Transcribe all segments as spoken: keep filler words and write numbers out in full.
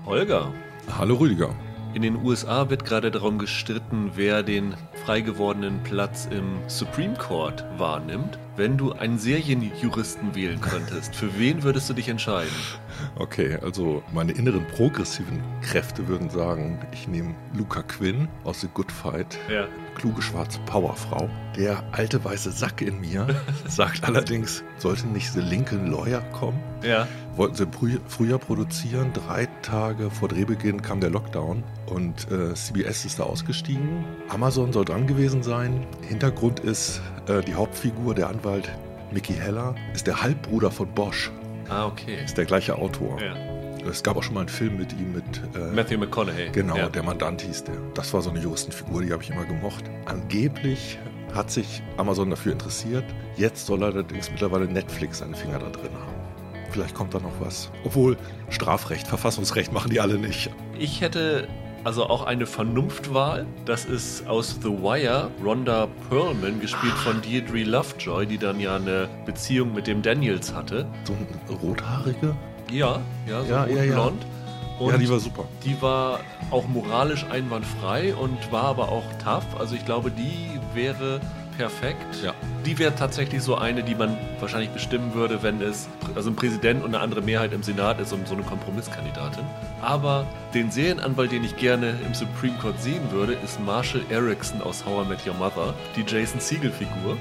Holger. Hallo Rüdiger. In den U S A wird gerade darum gestritten, wer den frei gewordenen Platz im Supreme Court wahrnimmt. Wenn du einen Serienjuristen wählen könntest, für wen würdest du dich entscheiden? Okay, also meine inneren progressiven Kräfte würden sagen, ich nehme Luca Quinn aus The Good Fight. Ja. Kluge schwarze Powerfrau. Der alte weiße Sack in mir sagt allerdings, sollte nicht The Lincoln Lawyer kommen? Ja. Wollten sie im Frühjahr produzieren, drei Tage vor Drehbeginn kam der Lockdown und äh, C B S ist da ausgestiegen. Amazon soll dran gewesen sein. Hintergrund ist, äh, die Hauptfigur, der Anwalt Mickey Heller, ist der Halbbruder von Bosch. Ah, okay. Ist der gleiche Autor. Ja. Es gab auch schon mal einen Film mit ihm, mit äh, Matthew McConaughey. Genau, ja. Der Mandant hieß der. Das war so eine Juristenfigur, die habe ich immer gemocht. Angeblich hat sich Amazon dafür interessiert. Jetzt soll allerdings mittlerweile Netflix seine Finger da drin haben. Vielleicht kommt da noch was. Obwohl, Strafrecht, Verfassungsrecht machen die alle nicht. Ich hätte also auch eine Vernunftwahl. Das ist aus The Wire Rhonda Perlman, gespielt von Deirdre Lovejoy, die dann ja eine Beziehung mit dem Daniels hatte. So eine rothaarige? Ja, ja, so ja, rotblond. Ja, ja. Und ja, die war super. Die war auch moralisch einwandfrei und war aber auch tough. Also ich glaube, die wäre perfekt. Ja. Die wäre tatsächlich so eine, die man wahrscheinlich bestimmen würde, wenn es also ein Präsident und eine andere Mehrheit im Senat ist und so eine Kompromisskandidatin. Aber den Serienanwalt, den ich gerne im Supreme Court sehen würde, ist Marshall Erickson aus How I Met Your Mother, die Jason Segel-Figur.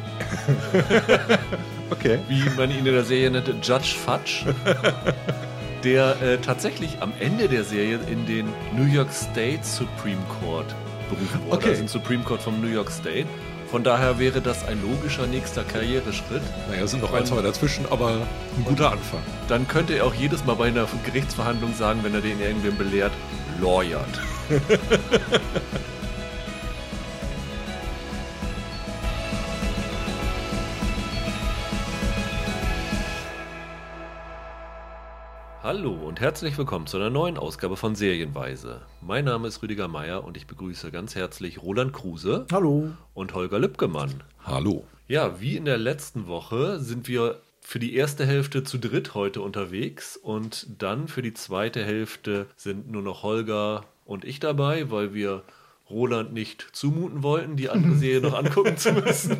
Okay. Wie man ihn in der Serie nannte, Judge Fudge. Der äh, tatsächlich am Ende der Serie in den New York State Supreme Court berufen wurde. Okay. Also den Supreme Court vom New York State. Von daher wäre das ein logischer nächster Karriereschritt. Naja, sind noch ein, zwei dazwischen, aber ein guter Anfang. Dann könnte er auch jedes Mal bei einer Gerichtsverhandlung sagen, wenn er den irgendwem belehrt, lawyert. Hallo und herzlich willkommen zu einer neuen Ausgabe von Serienweise. Mein Name ist Rüdiger Meier und ich begrüße ganz herzlich Roland Kruse. Hallo. Und Holger Lübgemann. Hallo. Ja, wie in der letzten Woche sind wir für die erste Hälfte zu dritt heute unterwegs und dann für die zweite Hälfte sind nur noch Holger und ich dabei, weil wir Roland nicht zumuten wollten, die andere Serie noch angucken zu müssen.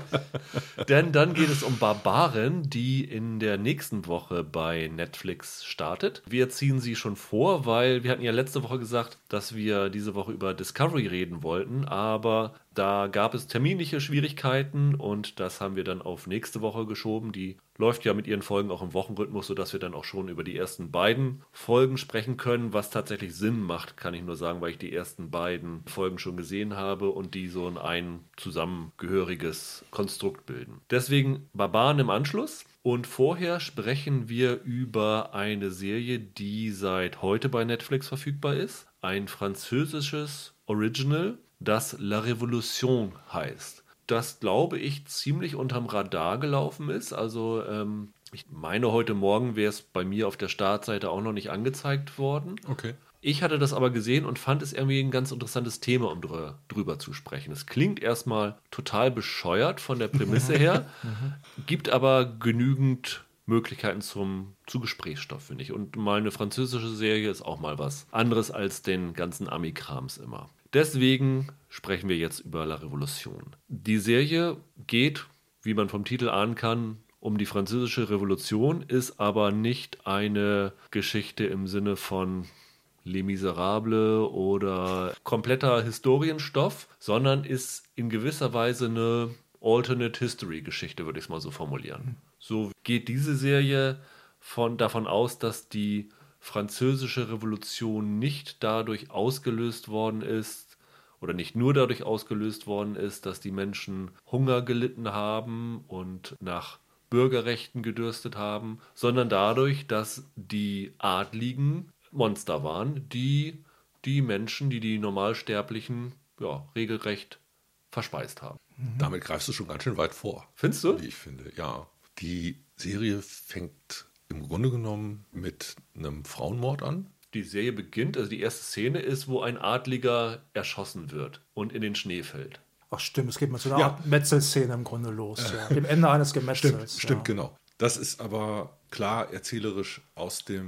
Denn dann geht es um Barbaren, die in der nächsten Woche bei Netflix startet. Wir ziehen sie schon vor, weil wir hatten ja letzte Woche gesagt, dass wir diese Woche über Discovery reden wollten, aber da gab es terminliche Schwierigkeiten und das haben wir dann auf nächste Woche geschoben. Die läuft ja mit ihren Folgen auch im Wochenrhythmus, sodass wir dann auch schon über die ersten beiden Folgen sprechen können. Was tatsächlich Sinn macht, kann ich nur sagen, weil ich die ersten beiden Folgen schon gesehen habe und die so ein zusammengehöriges Konstrukt bilden. Deswegen Barbaren im Anschluss. Und vorher sprechen wir über eine Serie, die seit heute bei Netflix verfügbar ist. Ein französisches Original, das La Révolution heißt. Das, glaube ich, ziemlich unterm Radar gelaufen ist. Also ähm, ich meine, heute Morgen wäre es bei mir auf der Startseite auch noch nicht angezeigt worden. Okay. Ich hatte das aber gesehen und fand es irgendwie ein ganz interessantes Thema, um drü- drüber zu sprechen. Es klingt erstmal total bescheuert von der Prämisse her, gibt aber genügend Möglichkeiten zum, zu Gesprächsstoff, finde ich. Und mal eine französische Serie ist auch mal was anderes als den ganzen Ami-Krams immer. Deswegen sprechen wir jetzt über La Révolution. Die Serie geht, wie man vom Titel ahnen kann, um die französische Revolution, ist aber nicht eine Geschichte im Sinne von Les Miserables oder kompletter Historienstoff, sondern ist in gewisser Weise eine Alternate History Geschichte, würde ich es mal so formulieren. So geht diese Serie von, davon aus, dass die französische Revolution nicht dadurch ausgelöst worden ist oder nicht nur dadurch ausgelöst worden ist, dass die Menschen Hunger gelitten haben und nach Bürgerrechten gedürstet haben, sondern dadurch, dass die Adligen Monster waren, die die Menschen, die die Normalsterblichen, ja, regelrecht verspeist haben. Mhm. Damit greifst du schon ganz schön weit vor. Findest du? Wie ich finde, ja. Die Serie fängt im Grunde genommen mit einem Frauenmord an. Die Serie beginnt, also die erste Szene ist, wo ein Adliger erschossen wird und in den Schnee fällt. Ach stimmt, es geht mit so einer Ja. Art Metzelszene im Grunde los. Ja. Dem Ende eines Gemetzels. Stimmt, stimmt, ja. genau. Das ist aber klar erzählerisch aus dem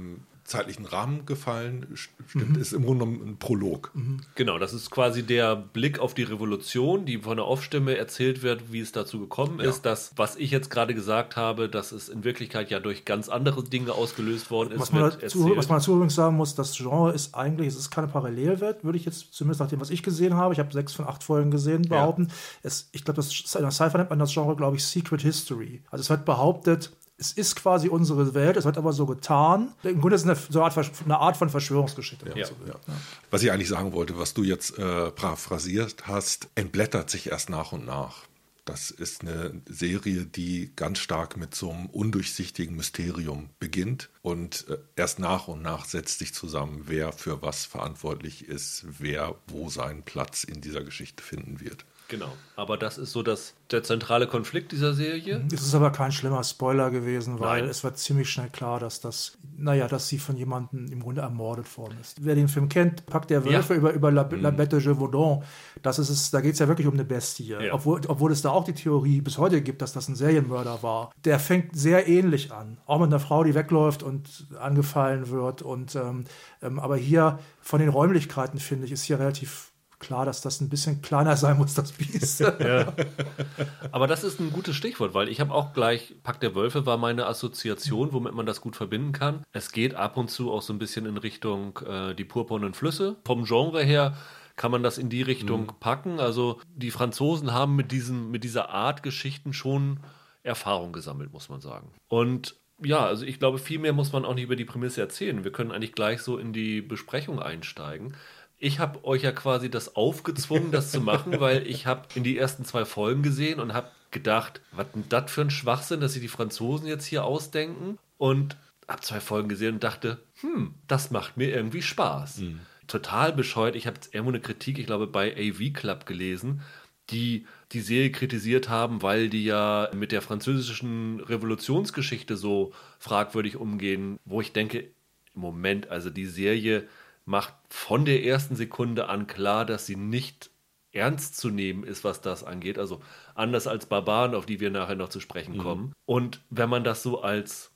zeitlichen Rahmen gefallen. Stimmt, mhm. ist im Grunde genommen ein Prolog. Mhm. Genau, das ist quasi der Blick auf die Revolution, die von der Off-Stimme erzählt wird, wie es dazu gekommen ist. Ja. Das, was ich jetzt gerade gesagt habe, dass es in Wirklichkeit ja durch ganz andere Dinge ausgelöst worden ist. Was man, dazu, was man dazu übrigens sagen muss, das Genre ist eigentlich, es ist keine Parallelwelt, würde ich jetzt zumindest nach dem, was ich gesehen habe, ich habe sechs von acht Folgen gesehen, behaupten. Ja. Es, ich glaube, in der Sci-Fi nennt man das Genre, glaube ich, Secret History. Also es wird behauptet, es ist quasi unsere Welt, es wird aber so getan. Im Grunde ist es eine, so eine, Art, eine Art von Verschwörungsgeschichte. Ja, so ja. Ja. Was ich eigentlich sagen wollte, was du jetzt äh, paraphrasiert hast, entblättert sich erst nach und nach. Das ist eine Serie, die ganz stark mit so einem undurchsichtigen Mysterium beginnt und äh, erst nach und nach setzt sich zusammen, wer für was verantwortlich ist, wer wo seinen Platz in dieser Geschichte finden wird. Genau, aber das ist so das, der zentrale Konflikt dieser Serie. Es ist aber kein schlimmer Spoiler gewesen, weil Nein. es wird ziemlich schnell klar, dass das, naja, dass sie von jemandem im Grunde ermordet worden ist. Wer den Film kennt, Pakt der Wölfe ja. über, über La, mhm. La Bête de Gévaudan, das ist es, da geht es ja wirklich um eine Bestie. Ja. Obwohl, obwohl es da auch die Theorie bis heute gibt, dass das ein Serienmörder war. Der fängt sehr ähnlich an. Auch mit einer Frau, die wegläuft und angefallen wird. Und, ähm, ähm, aber hier von den Räumlichkeiten, finde ich, ist hier relativ klar, dass das ein bisschen kleiner sein muss, das Biest. Ja. Aber das ist ein gutes Stichwort, weil ich habe auch gleich, Pakt der Wölfe war meine Assoziation, womit man das gut verbinden kann. Es geht ab und zu auch so ein bisschen in Richtung äh, die purpurnen Flüsse. Vom Genre her kann man das in die Richtung mhm. packen. Also die Franzosen haben mit, diesen, mit dieser Art Geschichten schon Erfahrung gesammelt, muss man sagen. Und ja, also ich glaube, viel mehr muss man auch nicht über die Prämisse erzählen. Wir können eigentlich gleich so in die Besprechung einsteigen. Ich habe euch ja quasi das aufgezwungen, das zu machen, weil ich habe in die ersten zwei Folgen gesehen und habe gedacht, was denn das für ein Schwachsinn, dass sich die Franzosen jetzt hier ausdenken. Und habe zwei Folgen gesehen und dachte, hm, das macht mir irgendwie Spaß. Mhm. Total bescheuert. Ich habe jetzt irgendwo eine Kritik, ich glaube, bei A V Club gelesen, die die Serie kritisiert haben, weil die ja mit der französischen Revolutionsgeschichte so fragwürdig umgehen, wo ich denke, im Moment, also die Serie macht von der ersten Sekunde an klar, dass sie nicht ernst zu nehmen ist, was das angeht. Also anders als Barbaren, auf die wir nachher noch zu sprechen kommen. Mhm. Und wenn man das so als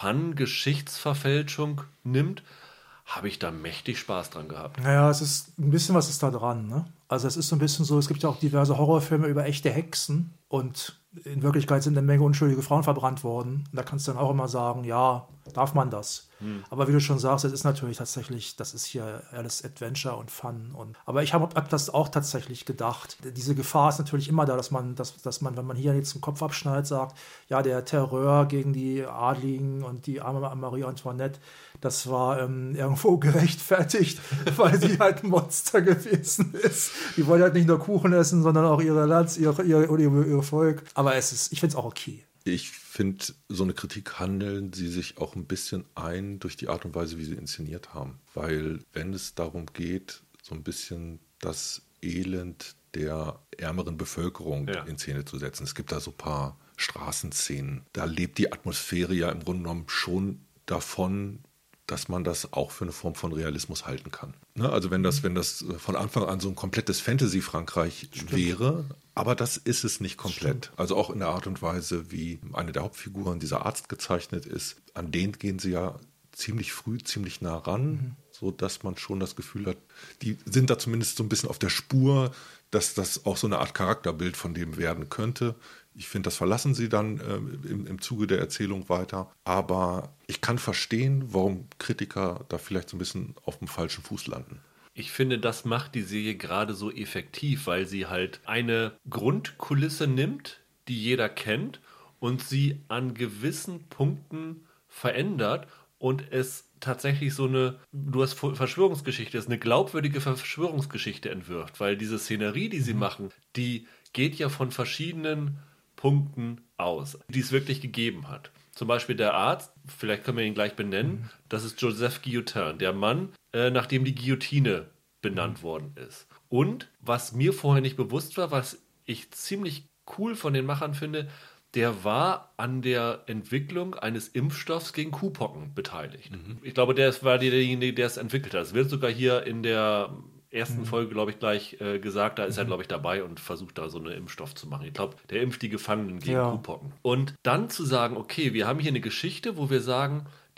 Fun-Geschichtsverfälschung nimmt, habe ich da mächtig Spaß dran gehabt. Naja, es ist ein bisschen was ist da dran, ne? Also es ist so ein bisschen so, es gibt ja auch diverse Horrorfilme über echte Hexen und in Wirklichkeit sind eine Menge unschuldige Frauen verbrannt worden. Und da kannst du dann auch immer sagen, ja, darf man das? Hm. Aber wie du schon sagst, es ist natürlich tatsächlich, das ist hier alles Adventure und Fun. Und, aber ich habe hab das auch tatsächlich gedacht. Diese Gefahr ist natürlich immer da, dass man, dass, dass man, wenn man hier jetzt den Kopf abschneidet, sagt, ja, der Terror gegen die Adligen und die arme Marie Antoinette, das war ähm, irgendwo gerechtfertigt, weil sie halt ein Monster gewesen ist. Die wollen halt nicht nur Kuchen essen, sondern auch ihre Lands, ihr, ihr, ihr, ihr Volk. Aber es ist, ich finde es auch okay. Ich finde, so eine Kritik handeln sie sich auch ein bisschen ein durch die Art und Weise, wie sie inszeniert haben. Weil wenn es darum geht, so ein bisschen das Elend der ärmeren Bevölkerung ja. in Szene zu setzen. Es gibt da so ein paar Straßenszenen. Da lebt die Atmosphäre ja im Grunde genommen schon davon, dass man das auch für eine Form von Realismus halten kann. Ne? Also wenn das, wenn das von Anfang an so ein komplettes Fantasy-Frankreich Stimmt. wäre, aber das ist es nicht komplett. Stimmt. Also auch in der Art und Weise, wie eine der Hauptfiguren, dieser Arzt gezeichnet ist, an den gehen sie ja ziemlich früh, ziemlich nah ran, mhm. so dass man schon das Gefühl hat, die sind da zumindest so ein bisschen auf der Spur, dass das auch so eine Art Charakterbild von dem werden könnte. Ich finde, das verlassen sie dann äh, im, im Zuge der Erzählung weiter. Aber ich kann verstehen, warum Kritiker da vielleicht so ein bisschen auf dem falschen Fuß landen. Ich finde, das macht die Serie gerade so effektiv, weil sie halt eine Grundkulisse nimmt, die jeder kennt und sie an gewissen Punkten verändert und es tatsächlich so eine, du hast Verschwörungsgeschichte, ist eine glaubwürdige Verschwörungsgeschichte entwirft, weil diese Szenerie, die sie mhm. machen, die geht ja von verschiedenen Punkten aus, die es wirklich gegeben hat. Zum Beispiel der Arzt, vielleicht können wir ihn gleich benennen, mhm. das ist Joseph Guillotin, der Mann, äh, nach dem die Guillotine benannt mhm. worden ist. Und was mir vorher nicht bewusst war, was ich ziemlich cool von den Machern finde, der war an der Entwicklung eines Impfstoffs gegen Kuhpocken beteiligt. Mhm. Ich glaube, der war derjenige, der es entwickelt hat. Es wird sogar hier in der ersten mhm. Folge, glaube ich, gleich äh, gesagt, da ist mhm. er, glaube ich, dabei und versucht da so einen Impfstoff zu machen. Ich glaube, der impft die Gefangenen gegen ja. Kuhpocken. Und dann zu sagen, okay, wir haben hier eine Geschichte, wo wir sagen,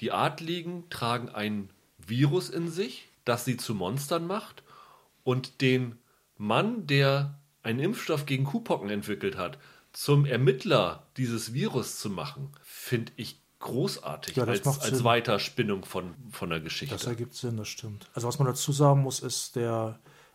Die Adligen tragen ein Virus in sich, das sie zu Monstern macht. Und den Mann, der einen Impfstoff gegen Kuhpocken entwickelt hat, zum Ermittler dieses Virus zu machen, finde ich großartig Ja, das als, macht als Sinn. Weiterspinnung von, von der Geschichte. Das ergibt Sinn, das stimmt. Also was man dazu sagen muss, ist, der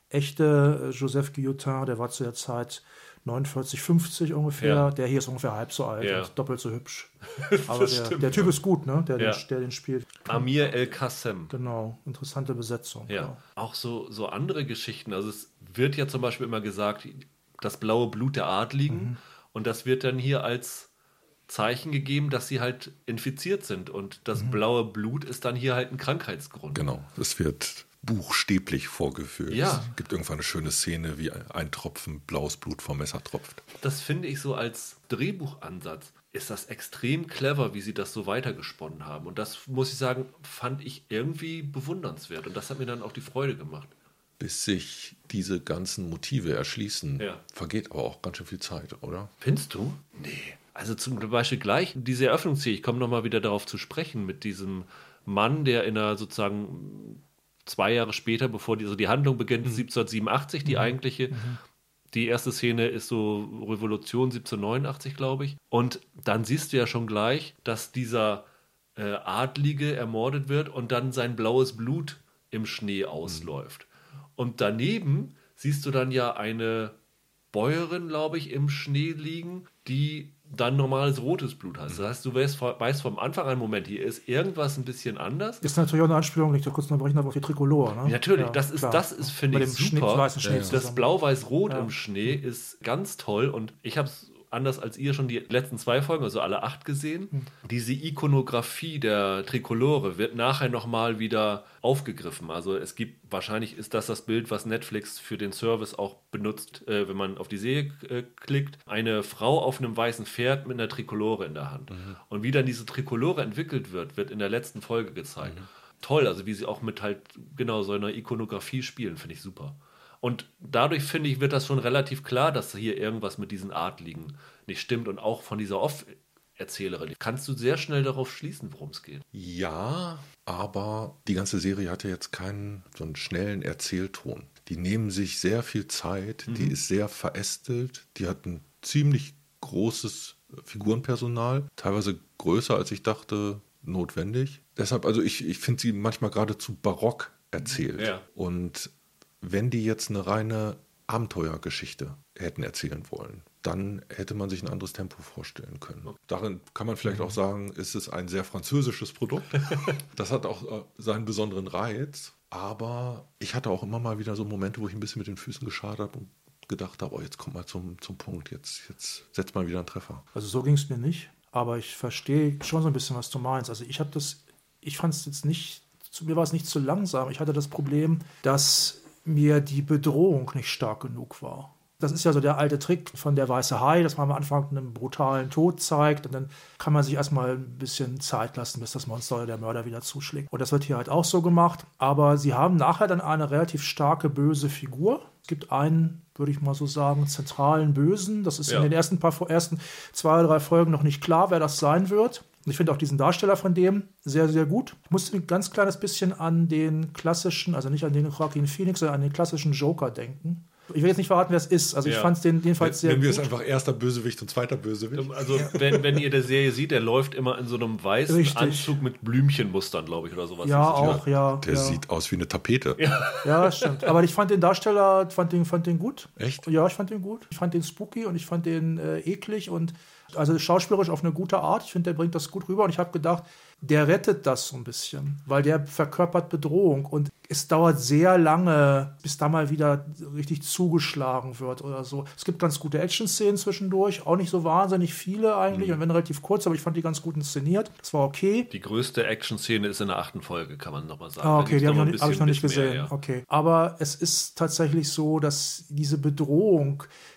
echte äh, Joseph Guillotin, der war zu der Zeit neunundvierzig, fünfzig ungefähr. Ja. Der hier ist ungefähr halb so alt Ja. und doppelt so hübsch. Aber der, stimmt, der Typ ja. ist gut, ne? Der, Ja. den, der den spielt. Amir El-Kassem. Genau, interessante Besetzung. Ja. Auch so, so andere Geschichten. Also es wird ja zum Beispiel immer gesagt, das blaue Blut der Adligen. Mhm. Und das wird dann hier als Zeichen gegeben, dass sie halt infiziert sind. Und das Mhm. blaue Blut ist dann hier halt ein Krankheitsgrund. Genau, es wird buchstäblich vorgeführt. Ja. Es gibt irgendwann eine schöne Szene, wie ein Tropfen blaues Blut vom Messer tropft. Das finde ich so als Drehbuchansatz. Ist das extrem clever, wie sie das so weitergesponnen haben. Und das, muss ich sagen, fand ich irgendwie bewundernswert. Und das hat mir dann auch die Freude gemacht. Bis sich diese ganzen Motive erschließen, Ja. vergeht aber auch ganz schön viel Zeit, oder? Findest du? Nee. Also zum Beispiel gleich diese Eröffnungsszene, ich komme nochmal wieder darauf zu sprechen, mit diesem Mann, der in einer sozusagen zwei Jahre später, bevor die, also die Handlung beginnt, siebzehnhundertsiebenundachtzig, die eigentliche. Die erste Szene ist so Revolution siebzehnhundertneunundachtzig, glaube ich. Und dann siehst du ja schon gleich, dass dieser äh, Adlige ermordet wird und dann sein blaues Blut im Schnee ausläuft. Und daneben siehst du dann ja eine Bäuerin, glaube ich, im Schnee liegen, die dann normales rotes Blut hat. Das heißt, du weißt, weißt vom Anfang an, Moment, hier ist irgendwas ein bisschen anders. Ist natürlich auch eine Anspielung, nicht kurz unterbrechen, aber auf die Tricolore. Ne? Natürlich, Ja, das ist, klar. das ist, finde Mit ich, dem Schnee- super. weißen Schnee Das zusammen. Blau-Weiß-Rot Ja. im Schnee ist ganz toll und ich habe es anders als ihr schon die letzten zwei Folgen, also alle acht gesehen. Hm. Diese Ikonografie der Trikolore wird nachher nochmal wieder aufgegriffen. Also es gibt, wahrscheinlich ist das das Bild, was Netflix für den Service auch benutzt, äh, wenn man auf die Serie äh, klickt. Eine Frau auf einem weißen Pferd mit einer Trikolore in der Hand. Mhm. Und wie dann diese Trikolore entwickelt wird, wird in der letzten Folge gezeigt. Mhm. Toll, also wie sie auch mit halt genau so einer Ikonografie spielen, finde ich super. Und dadurch, finde ich, wird das schon relativ klar, dass hier irgendwas mit diesen Adligen nicht stimmt und auch von dieser Off-Erzählerin. Kannst du sehr schnell darauf schließen, worum es geht? Ja, aber die ganze Serie hatte jetzt keinen so einen schnellen Erzählton. Die nehmen sich sehr viel Zeit, die ist sehr verästelt, die hat ein ziemlich großes Figurenpersonal, teilweise größer als ich dachte, notwendig. Deshalb, also ich, ich finde sie manchmal geradezu barock erzählt. Ja. Und wenn die jetzt eine reine Abenteuergeschichte hätten erzählen wollen, dann hätte man sich ein anderes Tempo vorstellen können. Darin kann man vielleicht auch sagen, ist es ein sehr französisches Produkt. Das hat auch äh, seinen besonderen Reiz. Aber ich hatte auch immer mal wieder so Momente, wo ich ein bisschen mit den Füßen geschart habe und gedacht habe, oh, jetzt kommt mal zum, zum Punkt, jetzt, jetzt setzt mal wieder einen Treffer. Also so ging es mir nicht, aber ich verstehe schon so ein bisschen, was du meinst. Also ich habe das, ich fand es jetzt nicht, zu mir war es nicht zu langsam. Ich hatte das Problem, dass mir die Bedrohung nicht stark genug war. Das ist ja so der alte Trick von der Weiße Hai, dass man am Anfang einen brutalen Tod zeigt und dann kann man sich erstmal ein bisschen Zeit lassen, bis das Monster oder der Mörder wieder zuschlägt. Und das wird hier halt auch so gemacht. Aber sie haben nachher dann eine relativ starke böse Figur. Es gibt einen, würde ich mal so sagen, zentralen Bösen. Das ist Ja. in den ersten paar ersten zwei oder drei Folgen noch nicht klar, wer das sein wird. Und ich finde auch diesen Darsteller von dem sehr, sehr gut. Ich musste ein ganz kleines bisschen an den klassischen, also nicht an den Joaquin Phoenix, sondern an den klassischen Joker denken. Ich will jetzt nicht verraten, wer es ist. Also ich Ja. fand es den jedenfalls sehr Nennen wir gut. es einfach erster Bösewicht und zweiter Bösewicht. Also wenn, wenn ihr die Serie seht, der läuft immer in so einem weißen Richtig. Anzug mit Blümchenmustern, glaube ich, oder sowas. Ja, ist es. auch, ja. Der ja. sieht aus wie eine Tapete. Ja, stimmt. Aber ich fand den Darsteller, fand den, fand den gut. Echt? Ja, ich fand den gut. Ich fand den spooky und ich fand den äh, eklig und also schauspielerisch auf eine gute Art. Ich finde, der bringt das gut rüber und ich habe gedacht, der rettet das so ein bisschen, weil der verkörpert Bedrohung und es dauert sehr lange, bis da mal wieder richtig zugeschlagen wird oder so. Es gibt ganz gute Action-Szenen zwischendurch, auch nicht so wahnsinnig viele eigentlich, und wenn relativ kurz, aber ich fand die ganz gut inszeniert. Das war okay. Die größte Action-Szene ist in der achten Folge, kann man nochmal sagen. Ah, Da okay, gibt's die habe ich, noch noch ein nicht- hab ich bisschen- noch nicht bisschen gesehen. mehr, ja. Okay. Aber es ist tatsächlich so, dass diese Bedrohung,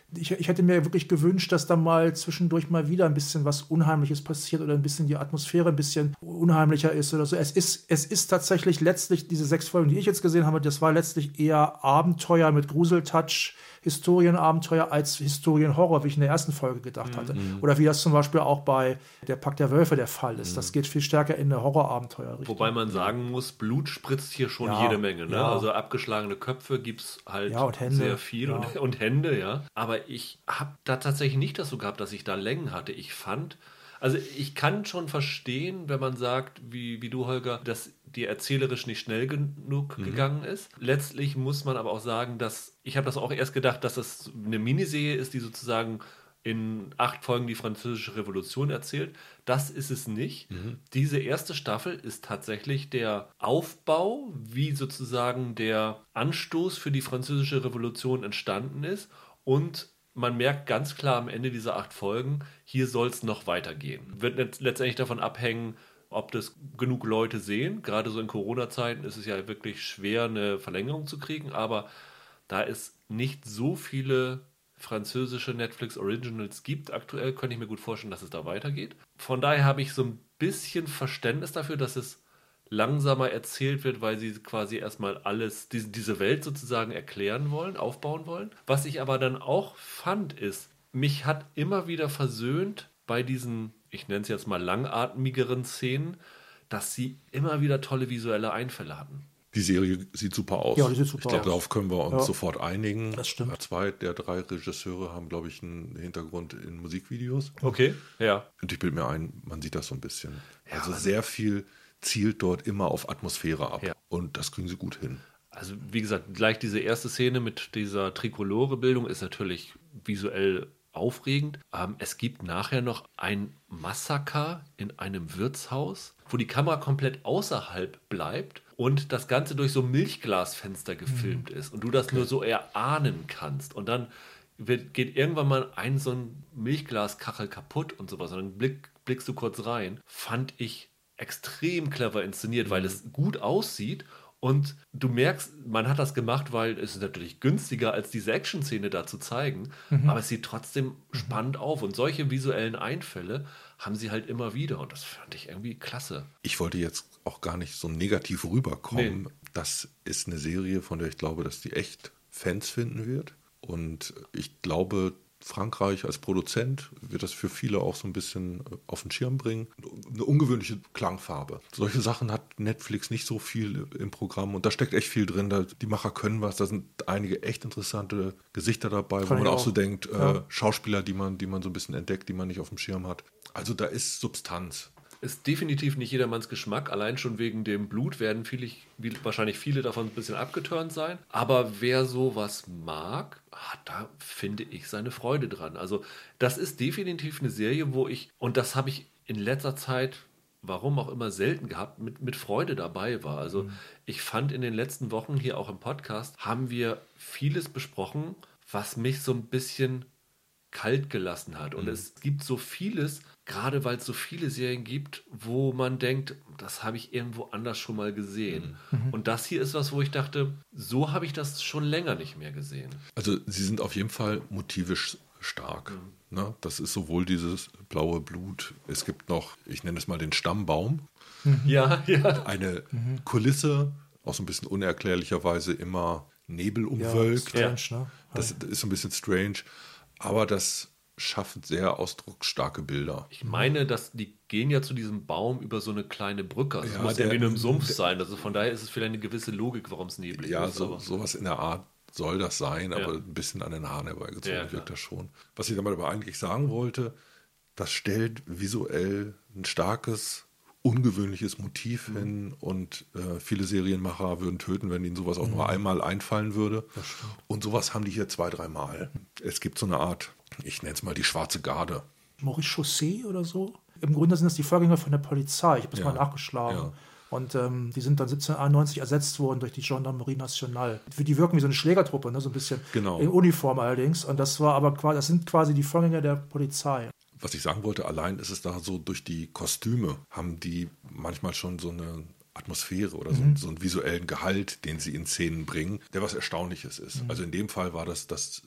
ich, ich hätte mir wirklich gewünscht, dass da mal zwischendurch mal wieder ein bisschen was Unheimliches passiert oder ein bisschen die Atmosphäre ein bisschen unheimlicher ist oder so. Es ist, es ist tatsächlich letztlich, diese sechs Folgen, die ich jetzt gesehen habe, das war letztlich eher Abenteuer mit Gruseltouch, Historienabenteuer als Historienhorror, wie ich in der ersten Folge gedacht hatte. Mhm. Oder wie das zum Beispiel auch bei der Pakt der Wölfe der Fall ist. Mhm. Das geht viel stärker in eine Horrorabenteuer-Richtung. Wobei man sagen muss, Blut spritzt hier schon ja, jede Menge. Ne? ja. Also abgeschlagene Köpfe gibt es halt ja, und Hände, sehr viel ja. und, und Hände, ja. Aber ich habe da tatsächlich nicht das so gehabt, dass ich da Längen hatte. Ich fand, also ich kann schon verstehen, wenn man sagt, wie, wie du, Holger, dass die erzählerisch nicht schnell genug mhm. gegangen ist. Letztlich muss man aber auch sagen, dass, ich habe das auch erst gedacht, dass das eine Miniserie ist, die sozusagen in acht Folgen die Französische Revolution erzählt. Das ist es nicht. Mhm. Diese erste Staffel ist tatsächlich der Aufbau, wie sozusagen der Anstoß für die Französische Revolution entstanden ist. Und man merkt ganz klar am Ende dieser acht Folgen, hier soll es noch weitergehen. Wird letztendlich davon abhängen, ob das genug Leute sehen. Gerade so in Corona-Zeiten ist es ja wirklich schwer, eine Verlängerung zu kriegen. Aber da es nicht so viele französische Netflix-Originals gibt aktuell, könnte ich mir gut vorstellen, dass es da weitergeht. Von daher habe ich so ein bisschen Verständnis dafür, dass es langsamer erzählt wird, weil sie quasi erstmal alles, diese, diese Welt sozusagen erklären wollen, aufbauen wollen. Was ich aber dann auch fand, ist, mich hat immer wieder versöhnt bei diesen, ich nenne es jetzt mal langatmigeren Szenen, dass sie immer wieder tolle visuelle Einfälle hatten. Die Serie sieht super aus. Ja, die sieht super ich glaube, aus. darauf können wir uns ja. sofort einigen. Das stimmt. Zwei der drei Regisseure haben, glaube ich, einen Hintergrund in Musikvideos. Okay, ja. Und ich bilde mir ein, man sieht das so ein bisschen. Ja, also, also sehr viel zielt dort immer auf Atmosphäre ab. Ja. Und das kriegen sie gut hin. Also wie gesagt, gleich diese erste Szene mit dieser Trikolore-Bildung ist natürlich visuell aufregend. Ähm, es gibt nachher noch ein Massaker in einem Wirtshaus, wo die Kamera komplett außerhalb bleibt und das Ganze durch so Milchglasfenster gefilmt mhm. ist und du das okay. nur so erahnen kannst. Und dann wird, geht irgendwann mal ein so ein Milchglaskachel kaputt und sowas. Und dann blick, blickst du kurz rein. Fand ich extrem clever inszeniert, mhm. weil es gut aussieht. Und du merkst, man hat das gemacht, weil es ist natürlich günstiger, als diese Action-Szene da zu zeigen, mhm. aber es sieht trotzdem mhm. spannend auf. Und solche visuellen Einfälle haben sie halt immer wieder. Und das fand ich irgendwie klasse. Ich wollte jetzt auch gar nicht so negativ rüberkommen. Nee. Das ist eine Serie, von der ich glaube, dass die echt Fans finden wird. Und ich glaube, Frankreich als Produzent wird das für viele auch so ein bisschen auf den Schirm bringen. Eine ungewöhnliche Klangfarbe. Solche Sachen hat Netflix nicht so viel im Programm und da steckt echt viel drin. Da, die Macher können was, da sind einige echt interessante Gesichter dabei, Kann wo man auch so denkt, ja. äh, Schauspieler, die man, die man so ein bisschen entdeckt, die man nicht auf dem Schirm hat. Also da ist Substanz. Ist definitiv nicht jedermanns Geschmack. Allein schon wegen dem Blut werden viele, wahrscheinlich viele davon ein bisschen abgeturnt sein. Aber wer sowas mag, hat da, finde ich, seine Freude dran. Also das ist definitiv eine Serie, wo ich, und das habe ich in letzter Zeit, warum auch immer, selten gehabt, mit, mit Freude dabei war. Also mhm. ich fand in den letzten Wochen hier auch im Podcast, haben wir vieles besprochen, was mich so ein bisschen kalt gelassen hat. Und mhm. es gibt so vieles, gerade weil es so viele Serien gibt, wo man denkt, das habe ich irgendwo anders schon mal gesehen. Mhm. Und das hier ist was, wo ich dachte, so habe ich das schon länger nicht mehr gesehen. Also sie sind auf jeden Fall motivisch stark. Mhm. Ne? Das ist sowohl dieses blaue Blut, es gibt noch, ich nenne es mal den Stammbaum. Mhm. Ja, ja. Eine mhm. Kulisse, auch so ein bisschen unerklärlicherweise immer Nebel umwölkt. Ja, strange, ne? Das ist so ein bisschen strange. Aber das schafft sehr ausdrucksstarke Bilder. Ich meine, dass die gehen ja zu diesem Baum über so eine kleine Brücke. Das ja, muss der, irgendwie nur im Sumpf der, sein. Also von daher ist es vielleicht eine gewisse Logik, warum es neblig ja, ist. Ja, so, sowas in der Art soll das sein, aber ja. ein bisschen an den Haaren herbeigezogen ja, wirkt das schon. Was ich damit aber eigentlich sagen wollte, das stellt visuell ein starkes, ungewöhnliches Motiv mhm. hin und äh, viele Serienmacher würden töten, wenn ihnen sowas auch mhm. nur einmal einfallen würde. Und sowas haben die hier zwei, dreimal. Es gibt so eine Art, ich nenne es mal die schwarze Garde. Maurice Chaussee oder so? Im Grunde sind das die Vorgänger von der Polizei. Ich habe das ja. mal nachgeschlagen. Ja. Und ähm, die sind dann siebzehnhunderteinundneunzig ersetzt worden durch die Gendarmerie Nationale. Die wirken wie so eine Schlägertruppe, ne? So ein bisschen genau. in Uniform allerdings. Und das war aber quasi, das sind quasi die Vorgänger der Polizei. Was ich sagen wollte, allein ist es da so, durch die Kostüme haben die manchmal schon so eine Atmosphäre oder so, mhm. so einen visuellen Gehalt, den sie in Szenen bringen, der was Erstaunliches ist. Mhm. Also in dem Fall war das das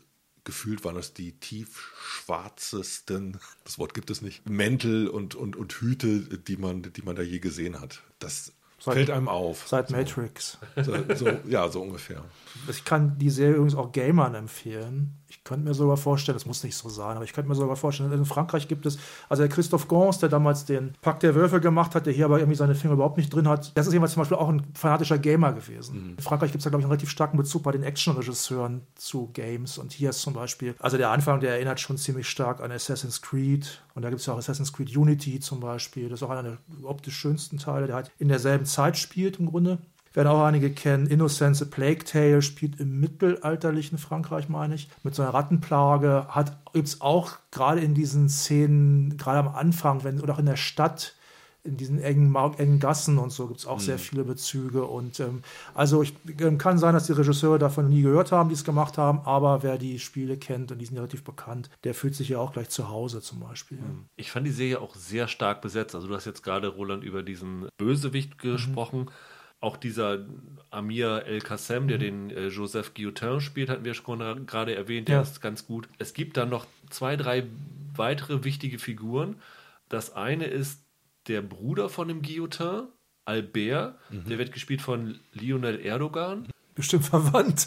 gefühlt waren das die tiefschwarzesten, das Wort gibt es nicht, Mäntel und, und, und Hüte, die man, die man da je gesehen hat. Das seit, fällt einem auf. Seit so. Matrix. So, so, ja, so ungefähr. Ich kann die Serie übrigens auch Gamern empfehlen. Ich könnte mir sogar vorstellen, das muss nicht so sein, aber ich könnte mir sogar vorstellen, in Frankreich gibt es, also der Christophe Gans, der damals den Pakt der Wölfe gemacht hat, der hier aber irgendwie seine Finger überhaupt nicht drin hat, das ist jemand zum Beispiel auch ein fanatischer Gamer gewesen. Mhm. In Frankreich gibt es da, glaube ich, einen relativ starken Bezug bei den Actionregisseuren zu Games und hier ist zum Beispiel, also der Anfang, der erinnert schon ziemlich stark an Assassin's Creed und da gibt es ja auch Assassin's Creed Unity zum Beispiel, das ist auch einer der optisch schönsten Teile, der halt in derselben Zeit spielt im Grunde. Werden auch einige kennen. Innocence, A Plague Tale spielt im mittelalterlichen Frankreich, meine ich, mit so einer Rattenplage. Hat es auch gerade in diesen Szenen, gerade am Anfang, wenn, oder auch in der Stadt, in diesen engen, engen Gassen und so, gibt es auch mhm. sehr viele Bezüge. Und ähm, also ich, ähm, kann sein, dass die Regisseure davon nie gehört haben, die es gemacht haben, aber wer die Spiele kennt und die sind relativ bekannt, der fühlt sich ja auch gleich zu Hause zum Beispiel. Mhm. Ich fand die Serie auch sehr stark besetzt. Also du hast jetzt gerade, Roland, über diesen Bösewicht gesprochen. Mhm. Auch dieser Amir El-Kassem, der mhm. den äh, Joseph Guillotin spielt, hatten wir schon gerade erwähnt, der ja. ist ganz gut. Es gibt dann noch zwei, drei weitere wichtige Figuren. Das eine ist der Bruder von dem Guillotin, Albert, mhm. der wird gespielt von Lionel Erdogan. Bestimmt verwandt.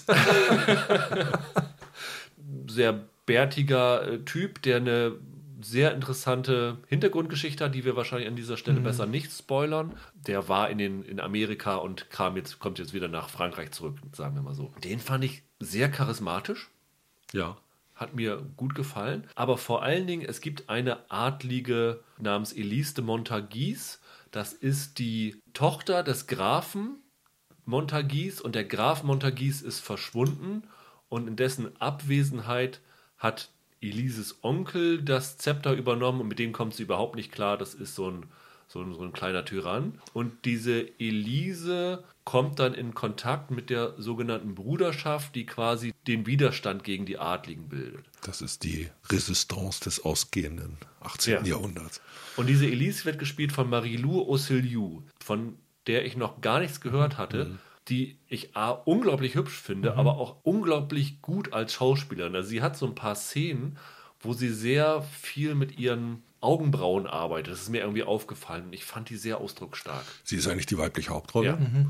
Sehr bärtiger äh, Typ, der eine sehr interessante Hintergrundgeschichte hat, die wir wahrscheinlich an dieser Stelle mhm. besser nicht spoilern. Der war in, den, in Amerika und kam jetzt, kommt jetzt wieder nach Frankreich zurück, sagen wir mal so. Den fand ich sehr charismatisch. Ja. Hat mir gut gefallen. Aber vor allen Dingen, es gibt eine Adlige namens Elise de Montargis. Das ist die Tochter des Grafen Montargis und der Graf Montargis ist verschwunden und in dessen Abwesenheit hat Elises Onkel das Zepter übernommen und mit dem kommt sie überhaupt nicht klar. Das ist so ein, so ein, so ein kleiner Tyrann. Und diese Elise kommt dann in Kontakt mit der sogenannten Bruderschaft, die quasi den Widerstand gegen die Adligen bildet. Das ist die Resistance des ausgehenden achtzehnten. Ja. Jahrhunderts. Und diese Elise wird gespielt von Marie-Lou Osseliou, von der ich noch gar nichts gehört hatte. Mhm. Die ich A, unglaublich hübsch finde, mhm. aber auch unglaublich gut als Schauspielerin. Also sie hat so ein paar Szenen, wo sie sehr viel mit ihren Augenbrauen arbeitet. Das ist mir irgendwie aufgefallen. Ich fand die sehr ausdrucksstark. Sie ist eigentlich die weibliche Hauptrolle. Ja. Mhm.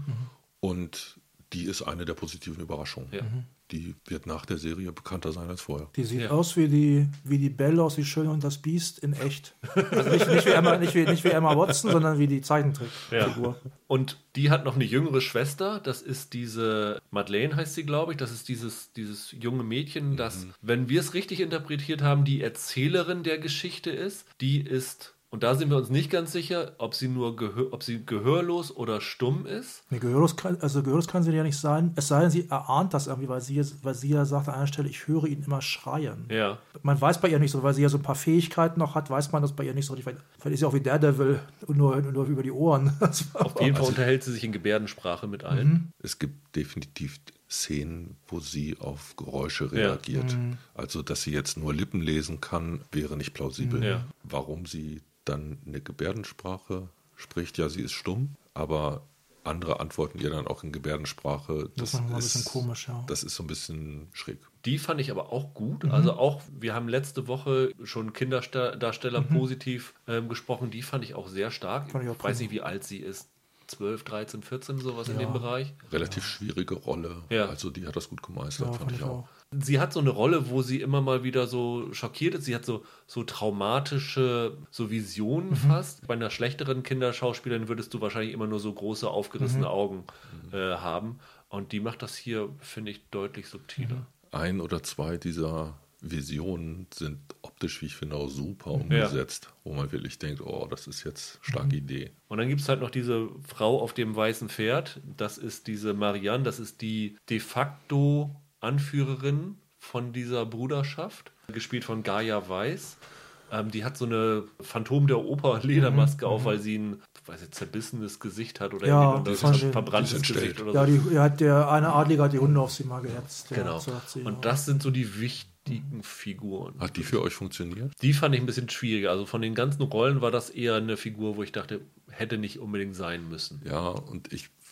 Und die ist eine der positiven Überraschungen. Ja. Die wird nach der Serie bekannter sein als vorher. Die sieht ja. aus wie die, wie die Belle aus Die Schöne und das Biest in echt. Also nicht, nicht, wie, Emma, nicht, wie, nicht wie Emma Watson, sondern wie die Zeichentrickfigur. Ja. Und die hat noch eine jüngere Schwester. Das ist diese, Madeleine heißt sie, glaube ich. Das ist dieses, dieses junge Mädchen, das, mhm. wenn wir es richtig interpretiert haben, die Erzählerin der Geschichte ist. Die ist... Und da sind wir uns nicht ganz sicher, ob sie nur gehör, ob sie gehörlos oder stumm ist. Nee, gehörlos kann, also gehörlos kann sie ja nicht sein. Es sei denn, sie erahnt das irgendwie, weil sie, weil sie ja sagt an einer Stelle, ich höre ihn immer schreien. Ja. Man weiß bei ihr nicht so, weil sie ja so ein paar Fähigkeiten noch hat, weiß man das bei ihr nicht so richtig. Vielleicht ist sie auch wie Daredevil und nur, nur über die Ohren. Auf jeden Fall unterhält sie sich in Gebärdensprache mit allen. Mhm. Es gibt definitiv Szenen, wo sie auf Geräusche reagiert. Ja. Mhm. Also, dass sie jetzt nur Lippen lesen kann, wäre nicht plausibel. Ja. Warum sie dann eine Gebärdensprache spricht, ja, sie ist stumm, aber andere antworten ihr dann auch in Gebärdensprache. Das, das ist ein ist, bisschen komisch, ja. Das ist so ein bisschen schräg. Die fand ich aber auch gut. Mhm. Also auch, wir haben letzte Woche schon Kinderdarsteller Mhm. positiv ähm, gesprochen. Die fand ich auch sehr stark. Fand ich auch ich weiß prima. nicht, wie alt sie ist. zwölf, dreizehn, vierzehn, sowas Ja. in dem Bereich. Relativ ja. schwierige Rolle. Ja. Also die hat das gut gemeistert, Ja, fand ich auch. auch. Sie hat so eine Rolle, wo sie immer mal wieder so schockiert ist. Sie hat so, so traumatische so Visionen mhm. fast. Bei einer schlechteren Kinderschauspielerin würdest du wahrscheinlich immer nur so große, aufgerissene mhm. Augen äh, haben. Und die macht das hier, finde ich, deutlich subtiler. Mhm. Ein oder zwei dieser Visionen sind optisch, wie ich finde, auch super umgesetzt, ja. wo man wirklich denkt, oh, das ist jetzt eine starke mhm. Idee. Und dann gibt es halt noch diese Frau auf dem weißen Pferd. Das ist diese Marianne, das ist die de facto Anführerin von dieser Bruderschaft, gespielt von Gaia Weiss. Ähm, die hat so eine Phantom der Oper Ledermaske mhm. auf, weil sie ein weiß ich, zerbissenes Gesicht hat oder ja, irgendwie ein den, verbranntes Gesicht oder ja, so. Ja, die, hat der eine Adlige hat die Hunde auf sie mal gehetzt. Ja, genau. So sie, und ja. das sind so die wichtigen Figuren. Hat die für euch funktioniert? Die fand ich ein bisschen schwieriger. Also von den ganzen Rollen war das eher eine Figur, wo ich dachte, hätte nicht unbedingt sein müssen. Ja, und ich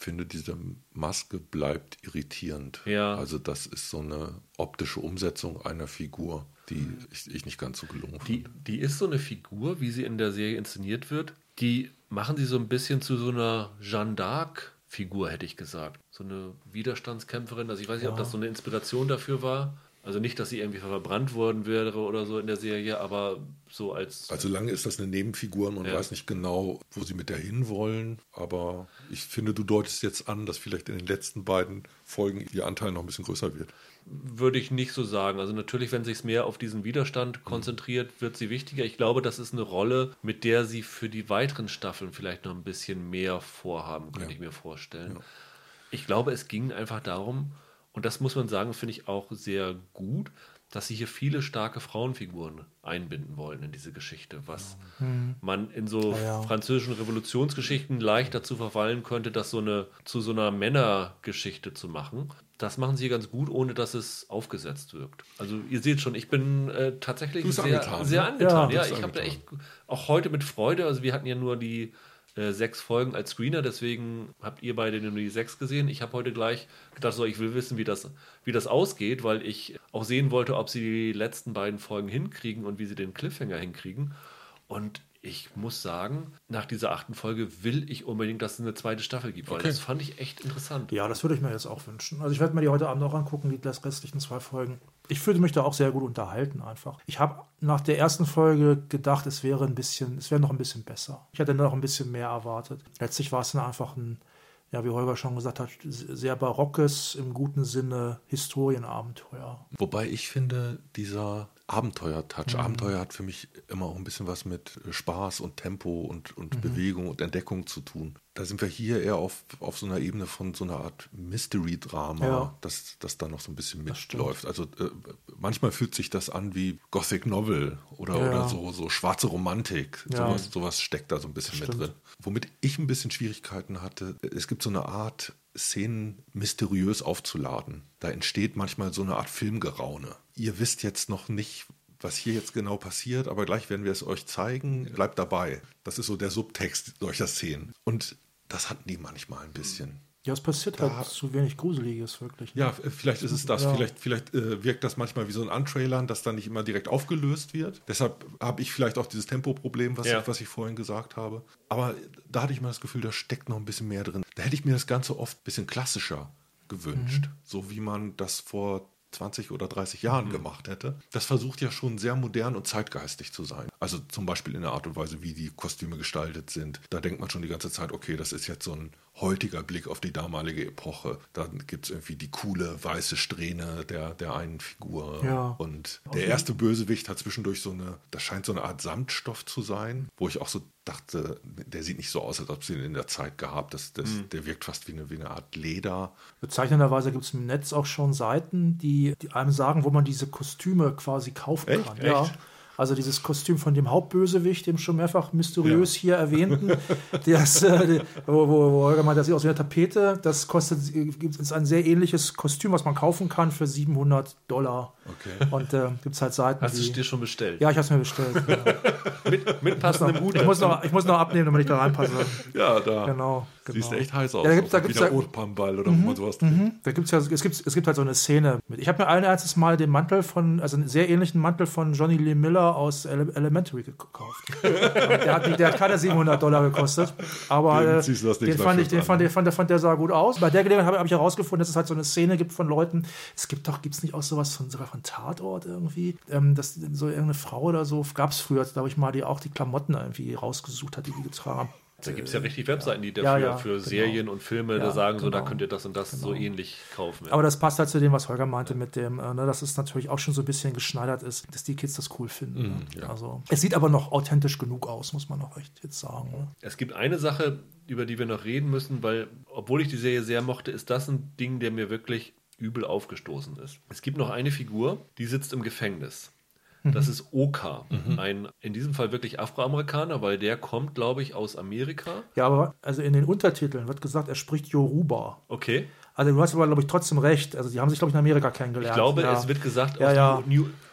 finde, diese Maske bleibt irritierend. Ja. Also das ist so eine optische Umsetzung einer Figur, die ich, ich nicht ganz so gelungen Die, finde. die ist so eine Figur, wie sie in der Serie inszeniert wird, die machen sie so ein bisschen zu so einer Jeanne d'Arc-Figur, hätte ich gesagt. So eine Widerstandskämpferin. Also ich weiß nicht, Ja. ob das so eine Inspiration dafür war. Also nicht, dass sie irgendwie verbrannt worden wäre oder so in der Serie, aber so als... Also lange ist das eine Nebenfigur und man Ja. weiß nicht genau, wo sie mit der hinwollen. Aber ich finde, du deutest jetzt an, dass vielleicht in den letzten beiden Folgen ihr Anteil noch ein bisschen größer wird. Würde ich nicht so sagen. Also natürlich, wenn sich es mehr auf diesen Widerstand konzentriert, wird sie wichtiger. Ich glaube, das ist eine Rolle, mit der sie für die weiteren Staffeln vielleicht noch ein bisschen mehr vorhaben, könnte Ja. ich mir vorstellen. Ja. Ich glaube, es ging einfach darum, und das muss man sagen, finde ich auch sehr gut, dass sie hier viele starke Frauenfiguren einbinden wollen in diese Geschichte, was man in so Ja, ja. französischen Revolutionsgeschichten leicht dazu verfallen könnte, das so eine, zu so einer Männergeschichte zu machen. Das machen sie ganz gut, ohne dass es aufgesetzt wirkt. Also ihr seht schon, ich bin äh, tatsächlich Du bist sehr angetan, sehr ne? angetan. Ja, Ja, du bist ich habe da echt angetan. auch heute mit Freude, also wir hatten ja nur die äh, sechs Folgen als Screener, deswegen habt ihr beide nur die sechs gesehen. Ich habe heute gleich gedacht, so, ich will wissen, wie das, wie das ausgeht, weil ich auch sehen wollte, ob sie die letzten beiden Folgen hinkriegen und wie sie den Cliffhanger hinkriegen. Und ich muss sagen, nach dieser achten Folge will ich unbedingt, dass es eine zweite Staffel gibt, weil Okay. das fand ich echt interessant. Ja, das würde ich mir jetzt auch wünschen. Also ich werde mir die heute Abend auch angucken, die restlichen zwei Folgen. Ich fühlte mich da auch sehr gut unterhalten einfach. Ich habe nach der ersten Folge gedacht, es wäre ein bisschen, es wäre noch ein bisschen besser. Ich hätte noch ein bisschen mehr erwartet. Letztlich war es dann einfach ein, ja, wie Holger schon gesagt hat, sehr barockes, im guten Sinne Historienabenteuer. Wobei ich finde, dieser Abenteuer-Touch, Mhm. Abenteuer hat für mich immer auch ein bisschen was mit Spaß und Tempo und, und Mhm. Bewegung und Entdeckung zu tun. Da sind wir hier eher auf, auf so einer Ebene von so einer Art Mystery-Drama, Ja. das, das da noch so ein bisschen Das stimmt. mitläuft. Also äh, manchmal fühlt sich das an wie Gothic Novel oder, Ja. oder so, so schwarze Romantik. Ja. Sowas, sowas steckt da so ein bisschen Das mit stimmt. drin. Womit ich ein bisschen Schwierigkeiten hatte, es gibt so eine Art, Szenen mysteriös aufzuladen. Da entsteht manchmal so eine Art Filmgeraune. Ihr wisst jetzt noch nicht, was hier jetzt genau passiert, aber gleich werden wir es euch zeigen. Bleibt dabei. Das ist so der Subtext solcher Szenen. Und das hatten die manchmal ein bisschen. Ja, es passiert Da- halt zu wenig Gruseliges, wirklich. Ja, vielleicht ist es das. Ja. Vielleicht, vielleicht äh, wirkt das manchmal wie so ein Untrailern, das dann nicht immer direkt aufgelöst wird. Deshalb habe ich vielleicht auch dieses Tempoproblem, was, Ja. ich, was ich vorhin gesagt habe. Aber da hatte ich mal das Gefühl, da steckt noch ein bisschen mehr drin. Da hätte ich mir das Ganze oft ein bisschen klassischer gewünscht. So wie man das vor zwanzig oder dreißig Jahren gemacht hätte. Das versucht ja schon sehr modern und zeitgeistig zu sein. Also zum Beispiel in der Art und Weise, wie die Kostüme gestaltet sind. Da denkt man schon die ganze Zeit, okay, das ist jetzt so ein heutiger Blick auf die damalige Epoche. Dann gibt es irgendwie die coole weiße Strähne der, der einen Figur. Ja. Und der erste Bösewicht hat zwischendurch so eine, das scheint so eine Art Samtstoff zu sein, wo ich auch so dachte, der sieht nicht so aus, als ob sie ihn in der Zeit gehabt. Das, das, Der wirkt fast wie eine, wie eine Art Leder. Bezeichnenderweise gibt es im Netz auch schon Seiten, die, die einem sagen, wo man diese Kostüme quasi kaufen Echt? kann. Echt? Ja. Also dieses Kostüm von dem Hauptbösewicht, dem schon mehrfach mysteriös Ja. hier erwähnten, das, äh, wo, wo, wo Holger meint, das sieht aus wie eine Tapete, das kostet, ist ein sehr ähnliches Kostüm, was man kaufen kann für siebenhundert Dollar. Okay. Und äh, gibt es halt Seiten, Hast du es die... dir schon bestellt? Ja, ich habe es mir bestellt. Ja. Mit, mit passendem Hut. Ich muss, noch, ich muss noch abnehmen, damit ich da reinpasse. Ja, da Genau, siehst du genau. echt heiß aus. Ja, da gibt's- da Wie gibt's der ja- Rotpamball oder wo man sowas trägt. Da gibt's ja, es, gibt, es gibt halt so eine Szene. Mit. Ich habe mir ein einziges Mal den Mantel von, also einen sehr ähnlichen Mantel von Johnny Lee Miller aus Ele Elementary gekauft. der, hat, nicht- der hat keine siebenhundert Dollar gekostet. Aber Den äh, ziehst du das den, nächste Mal fand ich, fünf den, an. fand, den, fand, der fand der sah gut aus. Bei der Gelegenheit habe hab ich herausgefunden, dass es halt so eine Szene gibt von Leuten. Es gibt doch, gibt es nicht auch sowas von, sogar von Tatort irgendwie? Ähm, dass so irgendeine Frau oder so, gab es früher, glaube ich mal, die auch die Klamotten irgendwie rausgesucht hat, die die getragen haben. Da gibt es ja richtig Webseiten, die dafür Ja, ja, für genau. Serien und Filme Ja, da sagen, so da genau. könnt ihr das und das so ähnlich kaufen. Aber das passt halt zu dem, was Holger meinte, mit dem, äh, ne, dass es natürlich auch schon so ein bisschen geschneidert ist, dass die Kids das cool finden. Ne? ja. Also, es sieht aber noch authentisch genug aus, muss man auch echt jetzt sagen. Ne? Es gibt eine Sache, über die wir noch reden müssen, weil, obwohl ich die Serie sehr mochte, ist das ein Ding, der mir wirklich übel aufgestoßen ist. Es gibt noch eine Figur, die sitzt im Gefängnis. Das ist Oka, ein in diesem Fall wirklich Afroamerikaner, weil der kommt, glaube ich, aus Amerika. Ja, aber also in den Untertiteln wird gesagt, er spricht Yoruba. Okay. Also du hast aber, glaube ich, trotzdem recht. Also die haben sich, glaube ich, in Amerika kennengelernt. Ich glaube, ja. es wird gesagt Ja, aus ja. New,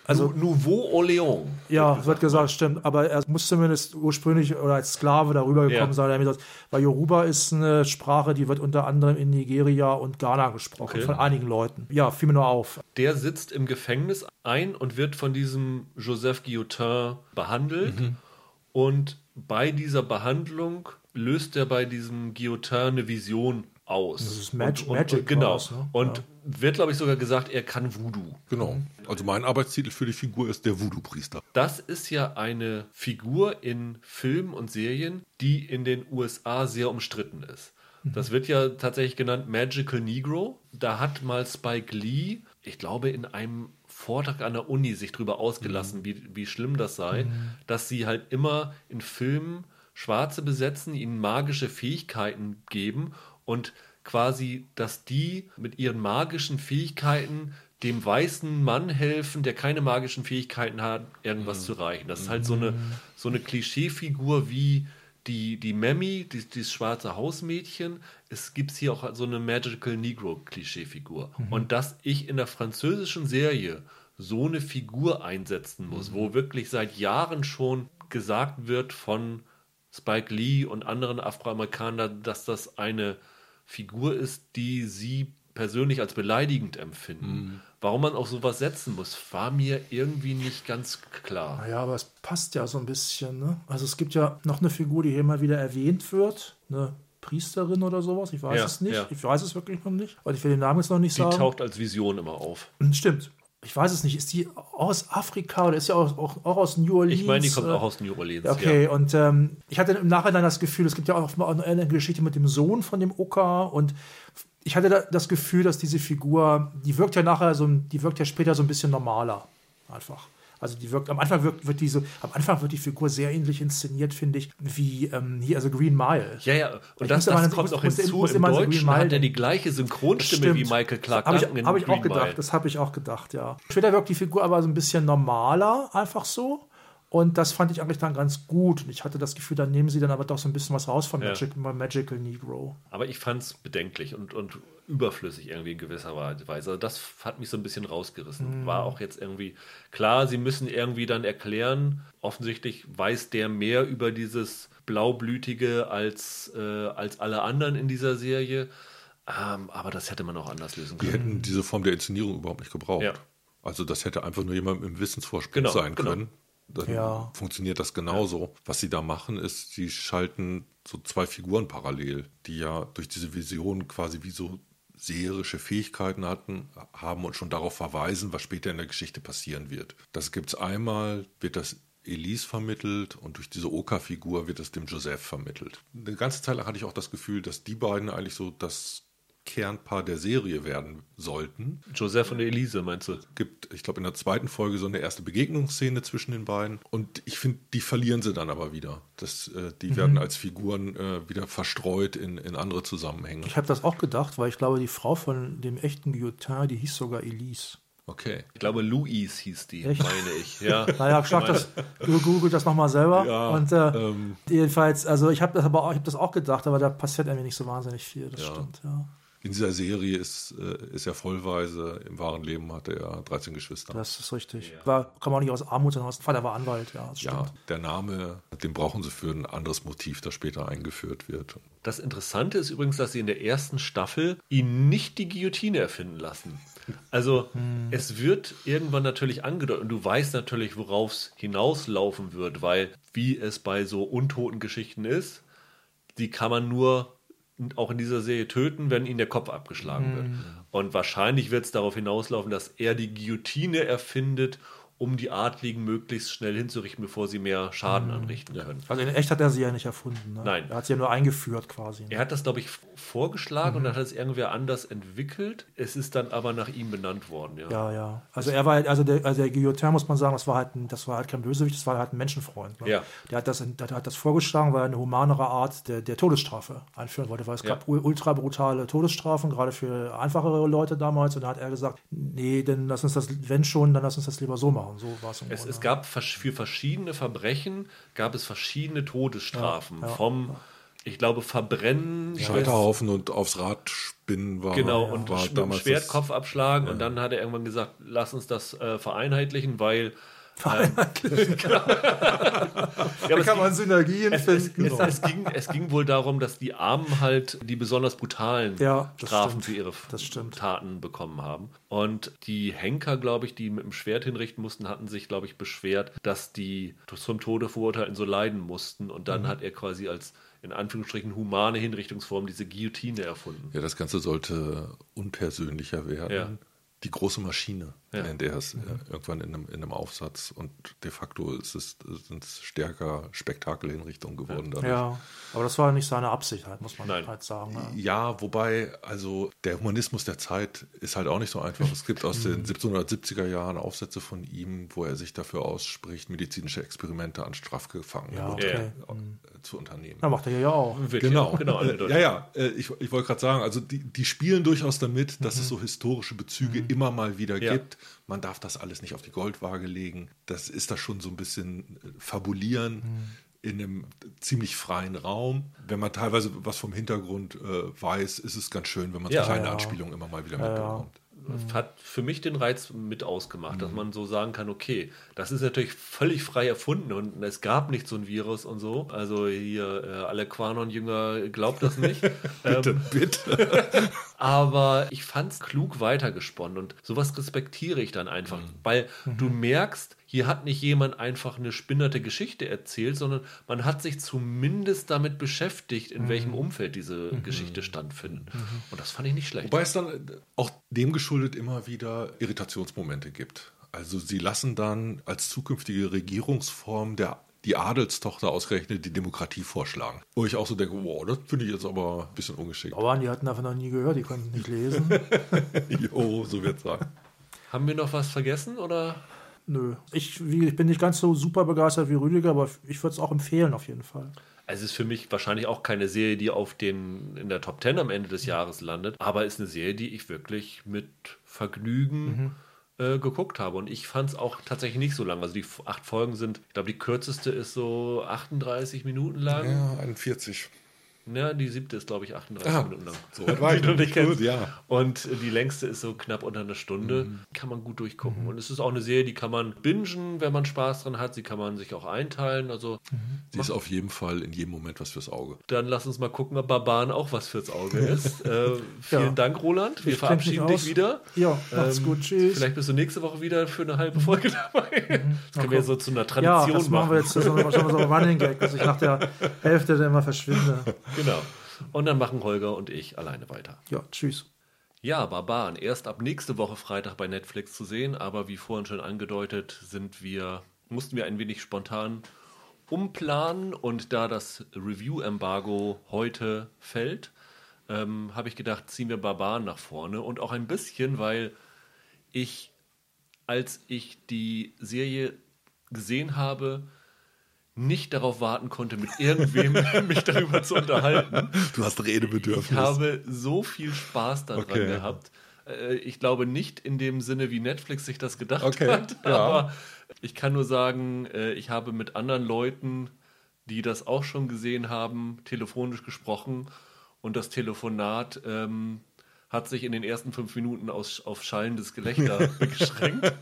Also, Nouveau Orléans. ja, wird wird gesagt, stimmt. Aber er muss zumindest ursprünglich oder als Sklave darüber gekommen Ja. sein. Damit, weil Yoruba ist eine Sprache, die wird unter anderem in Nigeria und Ghana gesprochen, Okay. von einigen Leuten. Ja, fiel mir nur auf. Der sitzt im Gefängnis ein und wird von diesem Joseph Guillotin behandelt. Und bei dieser Behandlung löst er bei diesem Guillotin eine Vision aus. Das ist Mag- und, und, Magic Und, genau. was, ne? Und Ja. wird, glaube ich, sogar gesagt, er kann Voodoo. Genau. Also mein Arbeitstitel für die Figur ist der Voodoo-Priester. Das ist ja eine Figur in Filmen und Serien, die in den U S A sehr umstritten ist. Das wird ja tatsächlich genannt Magical Negro. Da hat mal Spike Lee, ich glaube, in einem Vortrag an der Uni sich drüber ausgelassen, wie, wie schlimm das sei, dass sie halt immer in Filmen Schwarze besetzen, ihnen magische Fähigkeiten geben und quasi, dass die mit ihren magischen Fähigkeiten dem weißen Mann helfen, der keine magischen Fähigkeiten hat, irgendwas zu erreichen. Das ist halt so eine, so eine Klischeefigur wie die, die Mammy, die, dieses schwarze Hausmädchen. Es gibt hier auch so eine Magical Negro-Klischeefigur. Und dass ich in der französischen Serie so eine Figur einsetzen muss, wo wirklich seit Jahren schon gesagt wird von Spike Lee und anderen Afroamerikanern, dass das eine Figur ist, die sie persönlich als beleidigend empfinden. Warum man auf sowas setzen muss, war mir irgendwie nicht ganz klar. Naja, aber es passt ja so ein bisschen. Ne? Also es gibt ja noch eine Figur, die hier immer wieder erwähnt wird. Eine Priesterin oder sowas. Ich weiß Ja, es nicht. ja. Ich weiß es wirklich noch nicht. Und ich will den Namen jetzt noch nicht Die sagen. taucht als Vision immer auf. Stimmt. Ich weiß es nicht. Ist die aus Afrika oder ist sie auch, auch, auch aus New Orleans? Ich meine, die kommt äh, auch aus New Orleans. Okay, Ja. und ähm, ich hatte im Nachhinein das Gefühl, es gibt ja auch mal eine Geschichte mit dem Sohn von dem Oka und ich hatte da das Gefühl, dass diese Figur, die wirkt ja nachher so, ein- die wirkt ja später so ein bisschen normaler. Einfach. Also die wirkt, am Anfang wirkt, wird diese, am Anfang wird die Figur sehr ähnlich inszeniert, finde ich, wie ähm, hier, also Green Mile. Ja, ja, und Ich das, muss immer- das ich kommt muss- auch muss- hinzu. muss Im immer an Green Deutschen Mile hat er denken. die gleiche Synchronstimme Stimmt. wie Michael Clark Habe Duncan ich, in hab ich auch Green gedacht, Mile. das habe ich auch gedacht, ja. Später wirkt die Figur aber so ein bisschen normaler, einfach so. Und das fand ich eigentlich dann ganz gut. Und ich hatte das Gefühl, dann nehmen sie dann aber doch so ein bisschen was raus von Ja. Magic, Magical Negro. Aber ich fand es bedenklich und, und überflüssig irgendwie in gewisser Weise. Also das hat mich so ein bisschen rausgerissen. War auch jetzt irgendwie klar, sie müssen irgendwie dann erklären, offensichtlich weiß der mehr über dieses Blaublütige als, äh, als alle anderen in dieser Serie. Ähm, aber das hätte man auch anders lösen Die können. hätten diese Form der Inszenierung überhaupt nicht gebraucht. Ja. Also das hätte einfach nur jemand im Wissensvorsprung Genau, sein genau. können. Dann Ja. funktioniert das genauso. Was sie da machen, ist, sie schalten so zwei Figuren parallel, die ja durch diese Vision quasi wie so seherische Fähigkeiten hatten, haben und schon darauf verweisen, was später in der Geschichte passieren wird. Das gibt es einmal, wird das Elise vermittelt und durch diese Oka-Figur wird es dem Joseph vermittelt. Eine ganze Zeit lang hatte ich auch das Gefühl, dass die beiden eigentlich so das Kernpaar der Serie werden sollten. Joseph und Elise, meinst du? Gibt, ich glaube, in der zweiten Folge so eine erste Begegnungsszene zwischen den beiden. Und ich finde, die verlieren sie dann aber wieder. Das, äh, die werden als Figuren äh, wieder verstreut in, in andere Zusammenhänge. Ich habe das auch gedacht, weil ich glaube, die Frau von dem echten Guillotin, die hieß sogar Elise. Okay. Ich glaube, Louise hieß die, Echt? meine ich. Ja. Naja, schlag das, googelt das nochmal selber. Ja, und äh, ähm, jedenfalls, also ich habe das aber auch, ich hab das auch gedacht, aber da passiert irgendwie nicht so wahnsinnig viel. Das Ja. stimmt, ja. In dieser Serie ist, äh, ist er vollweise. Im wahren Leben hatte er dreizehn Geschwister. Das ist richtig. War, kam auch nicht aus Armut, sondern aus dem Vater war Anwalt, ja, das Ja, stimmt. der Name, den brauchen sie für ein anderes Motiv, das später eingeführt wird. Das Interessante ist übrigens, dass sie in der ersten Staffel ihn nicht die Guillotine erfinden lassen. Also es wird irgendwann natürlich angedeutet und du weißt natürlich, worauf es hinauslaufen wird, weil wie es bei so untoten Geschichten ist, die kann man nur auch in dieser Serie töten, wenn ihnen der Kopf abgeschlagen wird. Und wahrscheinlich wird es darauf hinauslaufen, dass er die Guillotine erfindet, um die Adligen möglichst schnell hinzurichten, bevor sie mehr Schaden anrichten können. Also in echt hat er sie ja nicht erfunden. Ne? Nein. Er hat sie ja nur eingeführt quasi. Ne? Er hat das, glaube ich, vorgeschlagen und dann hat es irgendwer anders entwickelt. Es ist dann aber nach ihm benannt worden. Ja. Ja, ja. Also er war halt, also der, also der Guillotin, muss man sagen, das war halt ein, das war halt kein Bösewicht, das war halt ein Menschenfreund. Ne? Ja. Der hat das, der hat das vorgeschlagen, weil er eine humanere Art der, der Todesstrafe einführen wollte, weil es Ja. gab ultra brutale Todesstrafen, gerade für einfachere Leute damals. Und da hat er gesagt, nee, dann lass uns das, wenn schon, dann lass uns das lieber so machen. So war es im Es, Grunde. es gab vers- für verschiedene Verbrechen gab es verschiedene Todesstrafen. Ja, ja, vom ich glaube, verbrennen. Scheiterhaufen und aufs Rad spinnen war. Genau, ja, und war mit dem Schwert Kopf abschlagen. Ja. Und dann hat er irgendwann gesagt, lass uns das äh, vereinheitlichen, weil Vereinheitlichen. ja, da kann man Synergien es, finden. Es, es, es, ging, es ging wohl darum, dass die Armen halt die besonders brutalen ja, Strafen stimmt. für ihre Taten bekommen haben. Und die Henker, glaube ich, die mit dem Schwert hinrichten mussten, hatten sich, glaube ich, beschwert, dass die zum Tode verurteilten so leiden mussten. Und dann mhm. hat er quasi als in Anführungsstrichen humane Hinrichtungsform diese Guillotine erfunden. Ja, das Ganze sollte unpersönlicher werden. Ja. Die große Maschine, ja. nennt er es mhm. irgendwann in einem, in einem Aufsatz. Und de facto ist es, sind es stärker Spektakelhinrichtungen geworden. Ja. ja, aber das war nicht seine Absicht, halt, muss man Nein. halt sagen. Ja. ja, wobei, also der Humanismus der Zeit ist halt auch nicht so einfach. Es gibt aus den siebzehnhundertsiebziger Jahren Aufsätze von ihm, wo er sich dafür ausspricht, medizinische Experimente an Strafgefangenen ja, okay. ja. zu unternehmen. Ja, macht er ja auch. Genau. genau ja, ja, ich, ich wollte gerade sagen, also die, die spielen durchaus damit, dass mhm. es so historische Bezüge mhm. immer mal wieder ja. gibt. Man darf das alles nicht auf die Goldwaage legen. Das ist da schon so ein bisschen fabulieren mhm. in einem ziemlich freien Raum. Wenn man teilweise was vom Hintergrund äh, weiß, ist es ganz schön, wenn man ja, so kleine ja. Anspielungen immer mal wieder ja, mitbekommt. Das hat für mich den Reiz mit ausgemacht, mhm. dass man so sagen kann, okay, das ist natürlich völlig frei erfunden und es gab nicht so ein Virus und so. Also hier, äh, alle Quanon-Jünger glaubt das nicht. bitte, ähm, bitte. Aber ich fand es klug weitergesponnen und sowas respektiere ich dann einfach, mhm. weil mhm. du merkst, hier hat nicht jemand einfach eine spinnerte Geschichte erzählt, sondern man hat sich zumindest damit beschäftigt, in mhm. welchem Umfeld diese mhm. Geschichte stattfindet. Mhm. Und das fand ich nicht schlecht. Wobei es dann auch dem geschuldet immer wieder Irritationsmomente gibt. Also sie lassen dann als zukünftige Regierungsform der die Adelstochter ausgerechnet die Demokratie vorschlagen. Wo ich auch so denke, wow, das finde ich jetzt aber ein bisschen ungeschickt. Bauern, die hatten davon noch nie gehört, die konnten nicht lesen. Jo, so wird es sein. Haben wir noch was vergessen, oder? Nö. Ich, wie, ich bin nicht ganz so super begeistert wie Rüdiger, aber ich würde es auch empfehlen auf jeden Fall. Es ist für mich wahrscheinlich auch keine Serie, die auf den, in der Top Ten am Ende des Jahres landet, aber ist eine Serie, die ich wirklich mit Vergnügen mhm. äh, geguckt habe. Und ich fand es auch tatsächlich nicht so lang. Also die acht Folgen sind, ich glaube, die kürzeste ist so achtunddreißig Minuten lang. Ja, einundvierzig. Ja, die siebte ist, glaube ich, achtunddreißig ah, Minuten lang. So weit war ich noch nicht gut, ja. Und die längste ist so knapp unter einer Stunde. Mhm. Kann man gut durchgucken. Mhm. Und es ist auch eine Serie, die kann man bingen, wenn man Spaß dran hat. Sie kann man sich auch einteilen. Also mhm. Sie ist auf jeden Fall in jedem Moment was fürs Auge. Dann lass uns mal gucken, ob Barbaren auch was fürs Auge ist. äh, vielen ja. Dank, Roland. Wir ich verabschieden dich wieder. Ja, macht's ähm, gut. Tschüss. Vielleicht bist du nächste Woche wieder für eine halbe Folge dabei. Mhm. Das können wir so zu einer Tradition ja, das machen. machen wir jetzt. Das ist schon so ein Running Gag, dass ich nach der Hälfte dann immer verschwinde. Genau. Und dann machen Holger und ich alleine weiter. Ja, tschüss. Ja, Barbaren. Erst ab nächste Woche Freitag bei Netflix zu sehen, aber wie vorhin schon angedeutet, sind wir, mussten wir ein wenig spontan umplanen und da das Review-Embargo heute fällt, ähm, habe ich gedacht, ziehen wir Barbaren nach vorne und auch ein bisschen, weil ich, als ich die Serie gesehen habe, nicht darauf warten konnte, mit irgendwem mich darüber zu unterhalten. Du hast Redebedürfnis. Ich habe so viel Spaß daran okay. gehabt. Ich glaube nicht in dem Sinne, wie Netflix sich das gedacht okay. hat, ja. aber ich kann nur sagen, ich habe mit anderen Leuten, die das auch schon gesehen haben, telefonisch gesprochen und das Telefonat ähm, hat sich in den ersten fünf Minuten aus, auf schallendes Gelächter beschränkt.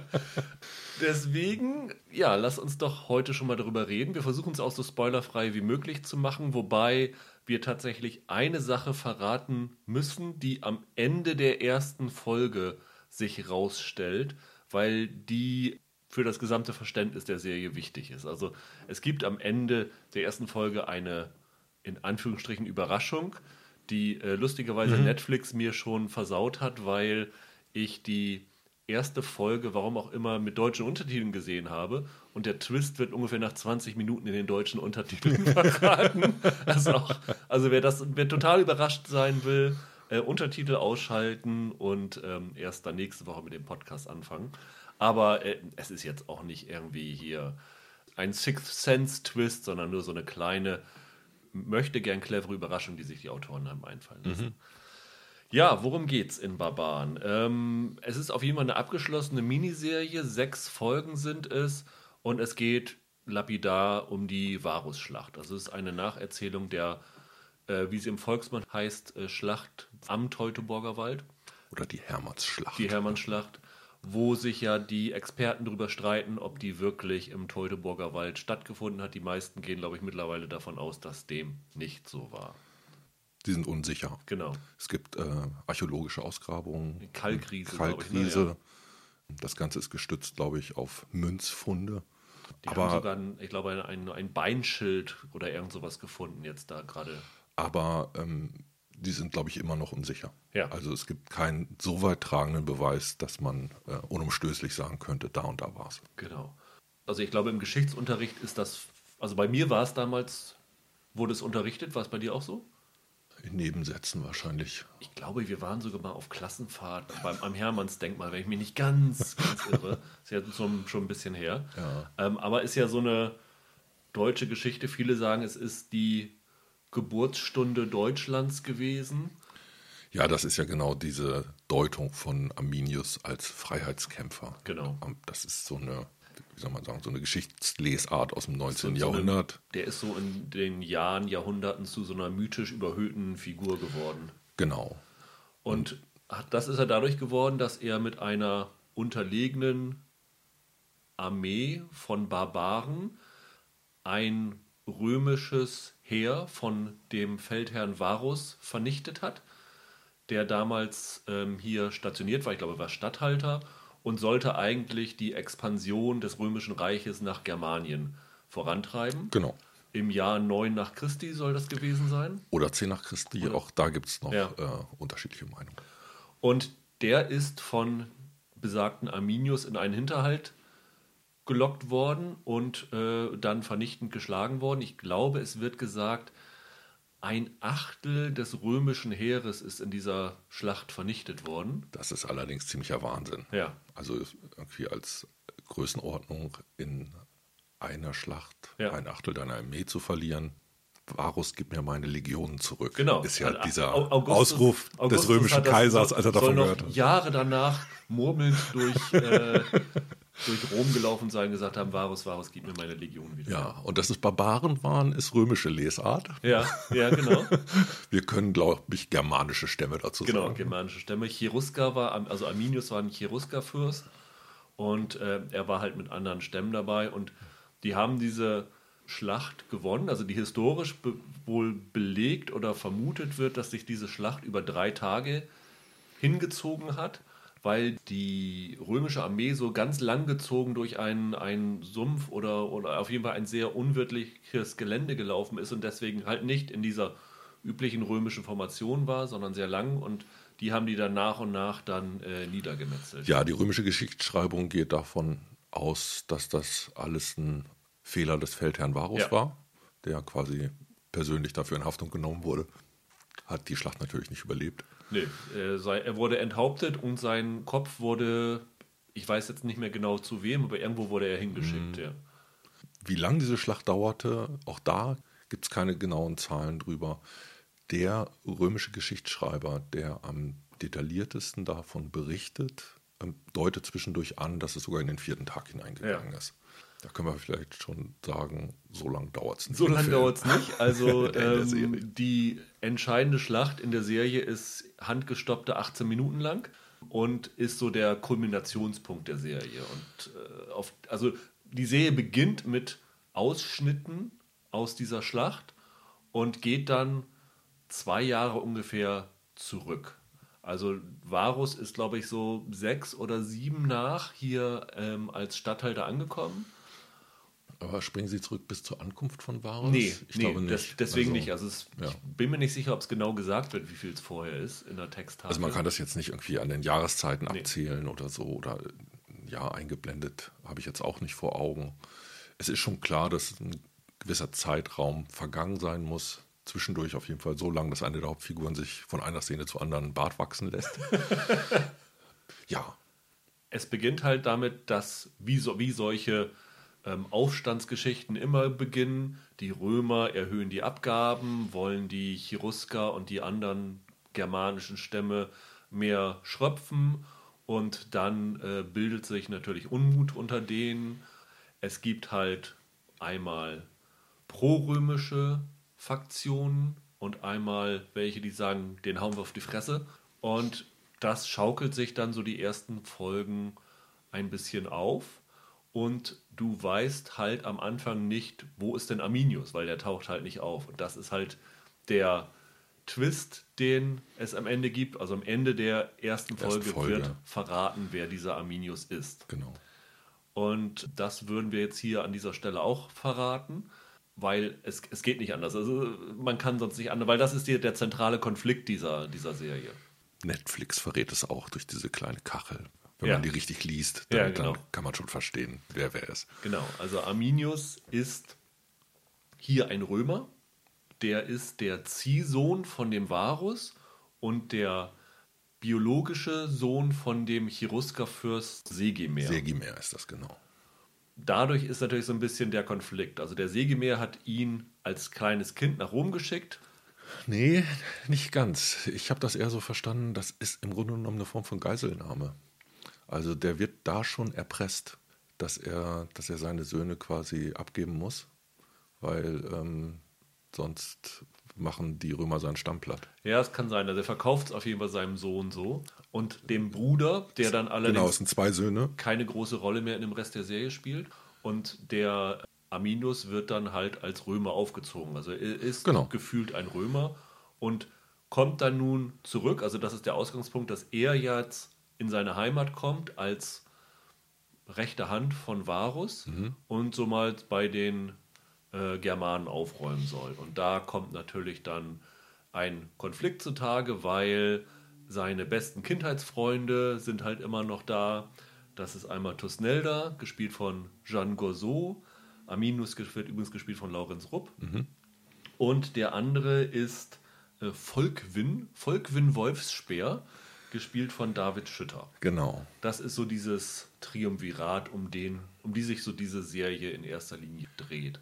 Deswegen, ja, lass uns doch heute schon mal darüber reden. Wir versuchen es auch so spoilerfrei wie möglich zu machen, wobei wir tatsächlich eine Sache verraten müssen, die am Ende der ersten Folge sich rausstellt, weil die für das gesamte Verständnis der Serie wichtig ist. Also es gibt am Ende der ersten Folge eine, in Anführungsstrichen, Überraschung, die äh, lustigerweise mhm. Netflix mir schon versaut hat, weil ich die erste Folge, warum auch immer, mit deutschen Untertiteln gesehen habe und der Twist wird ungefähr nach zwanzig Minuten in den deutschen Untertiteln verraten. Also, auch, also wer das wer total überrascht sein will, äh, Untertitel ausschalten und ähm, erst dann nächste Woche mit dem Podcast anfangen. Aber äh, es ist jetzt auch nicht irgendwie hier ein Sixth Sense Twist, sondern nur so eine kleine, möchte gern clevere Überraschung, die sich die Autoren haben einfallen lassen. Mhm. Ja, worum geht's in Barbaren? Ähm, es ist auf jeden Fall eine abgeschlossene Miniserie, sechs Folgen sind es und es geht lapidar um die Varusschlacht. Also es ist eine Nacherzählung der, äh, wie sie im Volksmund heißt, äh, Schlacht am Teutoburger Wald. Oder die Hermannsschlacht. Die Hermannsschlacht, wo sich ja die Experten darüber streiten, ob die wirklich im Teutoburger Wald stattgefunden hat. Die meisten gehen, glaube ich, mittlerweile davon aus, dass dem nicht so war. Die sind unsicher. Genau. Es gibt äh, archäologische Ausgrabungen. Kalkriese. Kalkriese. Ich, ne? Ja. Das Ganze ist gestützt, glaube ich, auf Münzfunde. Die aber, haben sogar, ein, ich glaube, ein, ein Beinschild oder irgend sowas gefunden jetzt da gerade. Aber ähm, die sind, glaube ich, immer noch unsicher. Ja. Also es gibt keinen so weit tragenden Beweis, dass man äh, unumstößlich sagen könnte, da und da war es. Genau. Also ich glaube, im Geschichtsunterricht ist das, also bei mir war es damals, wurde es unterrichtet, war es bei dir auch so? In Nebensätzen wahrscheinlich. Ich glaube, wir waren sogar mal auf Klassenfahrt beim, am Hermannsdenkmal, wenn ich mich nicht ganz, ganz irre. Ist ja schon, schon ein bisschen her. Ja. Ähm, aber ist ja so eine deutsche Geschichte. Viele sagen, es ist die Geburtsstunde Deutschlands gewesen. Ja, das ist ja genau diese Deutung von Arminius als Freiheitskämpfer. Genau. Das ist so eine, wie soll man sagen, so eine Geschichtslesart aus dem neunzehnten So eine- Jahrhundert. Der ist so in den Jahren, Jahrhunderten zu so einer mythisch überhöhten Figur geworden. Genau. Und hat- das ist er dadurch geworden, dass er mit einer unterlegenen Armee von Barbaren ein römisches Heer von dem Feldherrn Varus vernichtet hat, der damals ähm, hier stationiert war, ich glaube, er war Statthalter und sollte eigentlich die Expansion des Römischen Reiches nach Germanien vorantreiben. Genau. Im Jahr neun nach Christi soll das gewesen sein. Oder zehn nach Christi, auch da gibt es noch Ja. äh, unterschiedliche Meinungen. Und der ist von besagten Arminius in einen Hinterhalt gelockt worden und äh, dann vernichtend geschlagen worden. Ich glaube, es wird gesagt, ein Achtel des römischen Heeres ist in dieser Schlacht vernichtet worden. Das ist allerdings ziemlicher Wahnsinn. Ja. Also irgendwie als Größenordnung in einer Schlacht Ja. ein Achtel deiner Armee zu verlieren. Varus, gib mir meine Legionen zurück. Genau. Ist ja Al- dieser Au- Augustus- Ausruf Augustus des römischen hat das- Kaisers, als er soll davon noch gehört hat. Jahre danach murmelnd durch, äh, durch Rom gelaufen sein, gesagt haben, Varus, Varus, gib mir meine Legionen wieder. Ja, und dass es Barbaren waren, ist römische Lesart. Ja, ja, genau. Wir können, glaube ich, germanische Stämme dazu Genau, sagen. germanische Stämme. Cherusker war, am- also Arminius war ein Cherusker-Fürst und äh, er war halt mit anderen Stämmen dabei und die haben diese Schlacht gewonnen, also die historisch be wohl belegt oder vermutet wird, dass sich diese Schlacht über drei Tage hingezogen hat, weil die römische Armee so ganz langgezogen durch einen, einen Sumpf oder, oder auf jeden Fall ein sehr unwirtliches Gelände gelaufen ist und deswegen halt nicht in dieser üblichen römischen Formation war, sondern sehr lang und die haben die dann nach und nach dann äh, niedergemetzelt. Ja, die römische Geschichtsschreibung geht davon aus, dass das alles ein Fehler des Feldherrn Varus Ja. war, der quasi persönlich dafür in Haftung genommen wurde. Hat die Schlacht natürlich nicht überlebt. Nee, er, sei, er wurde enthauptet und sein Kopf wurde, ich weiß jetzt nicht mehr genau zu wem, aber irgendwo wurde er hingeschickt. Ja. Wie lange diese Schlacht dauerte, auch da gibt es keine genauen Zahlen drüber. Der römische Geschichtsschreiber, der am detailliertesten davon berichtet, ähm, deutet zwischendurch an, dass es sogar in den vierten Tag hineingegangen Ja. ist. Da können wir vielleicht schon sagen, so lange dauert es nicht. So im lange Film. dauert es nicht. Also In der Serie. ähm, die entscheidende Schlacht in der Serie ist handgestoppte achtzehn Minuten lang und ist so der Kulminationspunkt der Serie. Und äh, auf, also die Serie beginnt mit Ausschnitten aus dieser Schlacht und geht dann zwei Jahre ungefähr zurück. Also Varus ist, glaube ich, so sechs oder sieben nach hier ähm, als Statthalter angekommen. Aber springen Sie zurück bis zur Ankunft von Varus? Nee, ich nee glaube nicht. das, deswegen also, nicht. Also es, ja. ich bin mir nicht sicher, ob es genau gesagt wird, wie viel es vorher ist in der Texttafel. Also man kann das jetzt nicht irgendwie an den Jahreszeiten Nee. abzählen oder so oder ein Jahr eingeblendet, habe ich jetzt auch nicht vor Augen. Es ist schon klar, dass ein gewisser Zeitraum vergangen sein muss. Zwischendurch auf jeden Fall so lang, dass eine der Hauptfiguren sich von einer Szene zur anderen einen Bart wachsen lässt. Ja, Es beginnt halt damit, dass wie, so, wie solche ähm, Aufstandsgeschichten immer beginnen. Die Römer erhöhen die Abgaben, wollen die Cherusker und die anderen germanischen Stämme mehr schröpfen und dann äh, bildet sich natürlich Unmut unter denen. Es gibt halt einmal prorömische Faktionen und einmal welche, die sagen, den hauen wir auf die Fresse. Und das schaukelt sich dann so die ersten Folgen ein bisschen auf. Und du weißt halt am Anfang nicht, wo ist denn Arminius, weil der taucht halt nicht auf. Und das ist halt der Twist, den es am Ende gibt. Also am Ende der ersten Folge, Folge. wird verraten, wer dieser Arminius ist. Genau. Und das würden wir jetzt hier an dieser Stelle auch verraten, weil es, es geht nicht anders. Also man kann sonst nicht anders, weil das ist die, der zentrale Konflikt dieser, dieser Serie. Netflix verrät es auch durch diese kleine Kachel. Wenn Ja. man die richtig liest, Ja, dann, genau. dann kann man schon verstehen, wer wer ist. Genau, also Arminius ist hier ein Römer, der ist der Ziehsohn von dem Varus und der biologische Sohn von dem Cheruskerfürst Segemer. Segimer ist das genau. Dadurch ist natürlich so ein bisschen der Konflikt. Also der Segemer hat ihn als kleines Kind nach Rom geschickt. Nee, nicht ganz. Ich habe das eher so verstanden, das ist im Grunde genommen eine Form von Geiselnahme. Also der wird da schon erpresst, dass er, dass er seine Söhne quasi abgeben muss, weil ähm, sonst machen die Römer seinen Stamm platt. Ja, es kann sein. Also er verkauft es auf jeden Fall seinem Sohn so. Und dem Bruder, der dann Genau, allerdings es sind zwei Söhne. keine große Rolle mehr in dem Rest der Serie spielt. Und der Arminius wird dann halt als Römer aufgezogen. Also er ist Genau. gefühlt ein Römer und kommt dann nun zurück. Also das ist der Ausgangspunkt, dass er jetzt in seine Heimat kommt als rechte Hand von Varus Mhm. und so mal bei den äh, Germanen aufräumen soll. Und da kommt natürlich dann ein Konflikt zutage, weil seine besten Kindheitsfreunde sind halt immer noch da. Das ist einmal Thusnelda, gespielt von Jeanne Gourceau. Arminius wird übrigens gespielt von Laurenz Rupp. Mhm. Und der andere ist äh, Volkwin, Volkwin Wolfsspeer, gespielt von David Schütter. Genau. Das ist so dieses Triumvirat, um, den, um die sich so diese Serie in erster Linie dreht.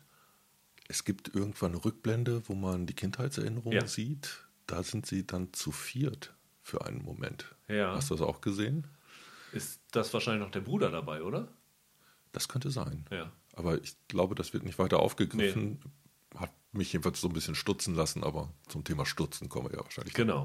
Es gibt irgendwann eine Rückblende, wo man die Kindheitserinnerungen Ja. sieht. Da sind sie dann zu viert für einen Moment. Ja. Hast du das auch gesehen? Ist das wahrscheinlich noch der Bruder dabei, oder? Das könnte sein. Ja. Aber ich glaube, das wird nicht weiter aufgegriffen. Hat mich jedenfalls so ein bisschen stutzen lassen, aber zum Thema Stutzen kommen wir ja wahrscheinlich. Genau.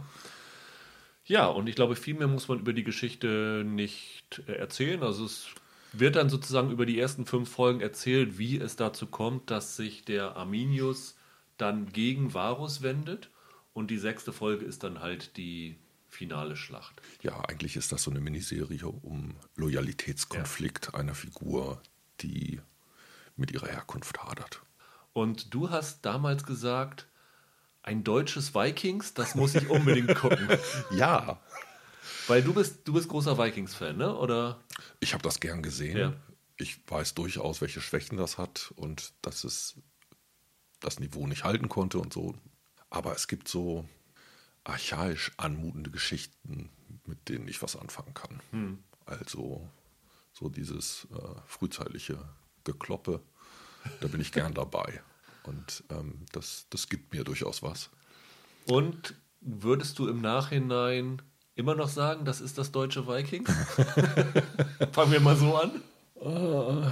Ja, und ich glaube, viel mehr muss man über die Geschichte nicht äh, erzählen. Also es wird dann sozusagen über die ersten fünf Folgen erzählt, wie es dazu kommt, dass sich der Arminius dann gegen Varus wendet. Und die sechste Folge ist dann halt die finale Schlacht. Ja, eigentlich ist das so eine Miniserie um Loyalitätskonflikt einer Figur, die mit ihrer Herkunft hadert. Und du hast damals gesagt, ein deutsches Vikings, das muss ich unbedingt gucken. Ja, Weil du bist, du bist großer Vikings-Fan, ne? Oder? ich habe das gern gesehen. Ja. Ich weiß durchaus, welche Schwächen das hat und dass es das Niveau nicht halten konnte und so. Aber es gibt so archaisch anmutende Geschichten, mit denen ich was anfangen kann. Hm. Also so dieses äh, frühzeitliche Gekloppe, da bin ich gern dabei. Und ähm, das, das gibt mir durchaus was. Und würdest du im Nachhinein immer noch sagen, das ist das deutsche Vikings? Fangen wir mal so an. Äh,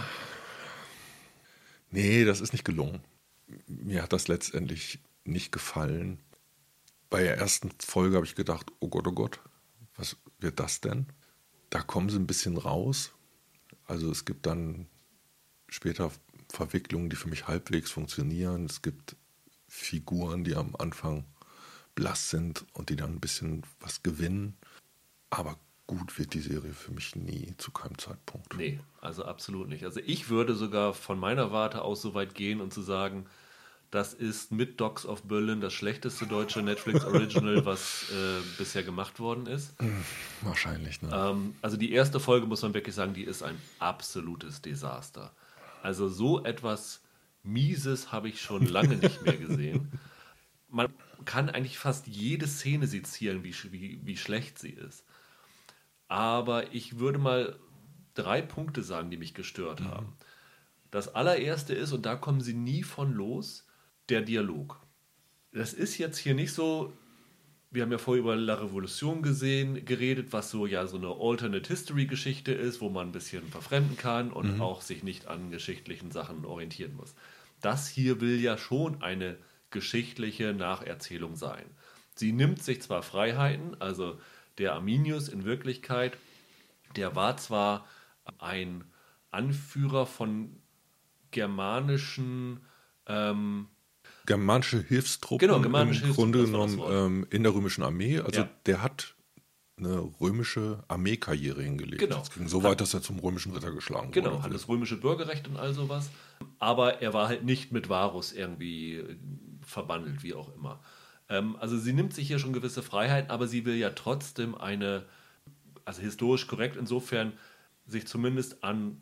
nee, das ist nicht gelungen. Mir hat das letztendlich nicht gefallen. Bei der ersten Folge habe ich gedacht, oh Gott, oh Gott, was wird das denn? Da kommen sie ein bisschen raus. Also es gibt dann später Verwicklungen, die für mich halbwegs funktionieren. Es gibt Figuren, die am Anfang blass sind und die dann ein bisschen was gewinnen. Aber gut wird die Serie für mich nie zu keinem Zeitpunkt. Nee, also absolut nicht. Also ich würde sogar von meiner Warte aus so weit gehen und zu sagen, das ist mit Dogs of Berlin das schlechteste deutsche Netflix-Original, was äh, bisher gemacht worden ist. Wahrscheinlich, ne? Ähm, also die erste Folge, muss man wirklich sagen, die ist ein absolutes Desaster. Also so etwas Mieses habe ich schon lange nicht mehr gesehen. Man kann eigentlich fast jede Szene sezieren, wie, wie, wie schlecht sie ist. Aber ich würde mal drei Punkte sagen, die mich gestört Mhm. haben. Das allererste ist, und da kommen sie nie von los, der Dialog. Das ist jetzt hier nicht so wir haben ja vorher über La Revolution gesehen, geredet, was so ja so eine Alternate History Geschichte ist, wo man ein bisschen verfremden kann und mhm. auch sich nicht an geschichtlichen Sachen orientieren muss. Das hier will ja schon eine geschichtliche Nacherzählung sein. Sie nimmt sich zwar Freiheiten, also der Arminius in Wirklichkeit, der war zwar ein Anführer von germanischen ähm, germanische Hilfstruppen genau, germanische im Grunde Hilfstruppen, genommen ähm, in der römischen Armee. Also ja. der hat eine römische Armeekarriere hingelegt. Genau. Es ging so weit, dass er zum römischen Ritter geschlagen genau, wurde. Genau, hat das römische Bürgerrecht und all sowas. Aber er war halt nicht mit Varus irgendwie verbandelt, wie auch immer. Ähm, also sie nimmt sich hier schon gewisse Freiheiten, aber sie will ja trotzdem eine, also historisch korrekt insofern, sich zumindest an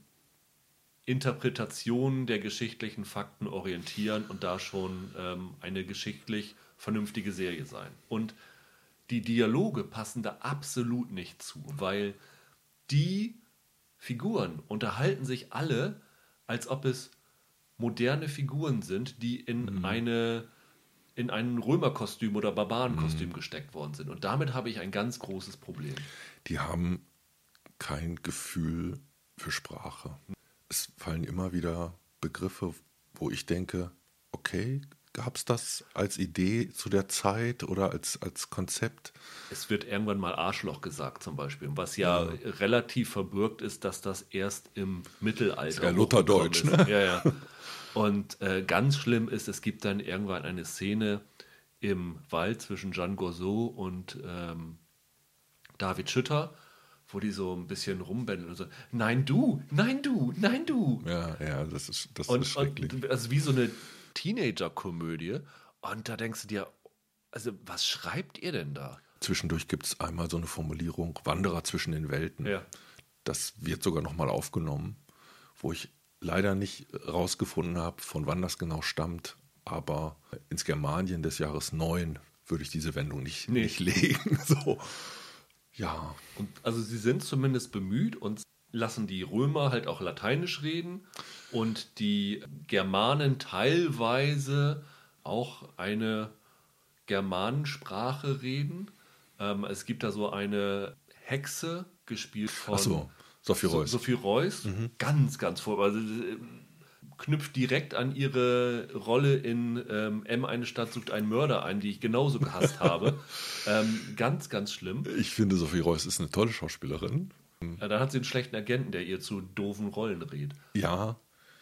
Interpretationen der geschichtlichen Fakten orientieren und da schon ähm, eine geschichtlich vernünftige Serie sein. Und die Dialoge passen da absolut nicht zu, weil die Figuren unterhalten sich alle, als ob es moderne Figuren sind, die in mhm. eine in ein Römerkostüm oder Barbarenkostüm mhm. gesteckt worden sind. Und damit habe ich ein ganz großes Problem. Die haben kein Gefühl für Sprache. Es fallen immer wieder Begriffe, wo ich denke, okay, gab es das als Idee zu der Zeit oder als, als Konzept? Es wird irgendwann mal Arschloch gesagt zum Beispiel, was ja, ja. relativ verbürgt ist, dass das erst im Mittelalter ist. Ja, Lutherdeutsch, ne? Ja, ja. Und äh, ganz schlimm ist, es gibt dann irgendwann eine Szene im Wald zwischen Jeanne Gourceau und ähm, David Schütter, wo die so ein bisschen rumbändeln und so, nein du, nein du, nein du. Ja, ja, das ist, das und, ist schrecklich. Und, also wie so eine Teenager-Komödie. Und da denkst du dir, also was schreibt ihr denn da? Zwischendurch gibt es einmal so eine Formulierung, Wanderer zwischen den Welten. Ja. Das wird sogar nochmal aufgenommen, wo ich leider nicht rausgefunden habe, von wann das genau stammt. Aber ins Germanien des Jahres neun würde ich diese Wendung nicht, nee. nicht legen. So. Ja. Und also sie sind zumindest bemüht und lassen die Römer halt auch Lateinisch reden und die Germanen teilweise auch eine Germanensprache reden. Ähm, es gibt da so eine Hexe, gespielt von Ach so, Sophie Reuss. Sophie Reuss, mhm. ganz, ganz vor. Also knüpft direkt an ihre Rolle in ähm, M, eine Stadt sucht einen Mörder ein, die ich genauso gehasst habe. ähm, ganz, ganz schlimm. Ich finde, Sophie Reuss ist eine tolle Schauspielerin. Ja, dann hat sie einen schlechten Agenten, der ihr zu doofen Rollen rät. Ja,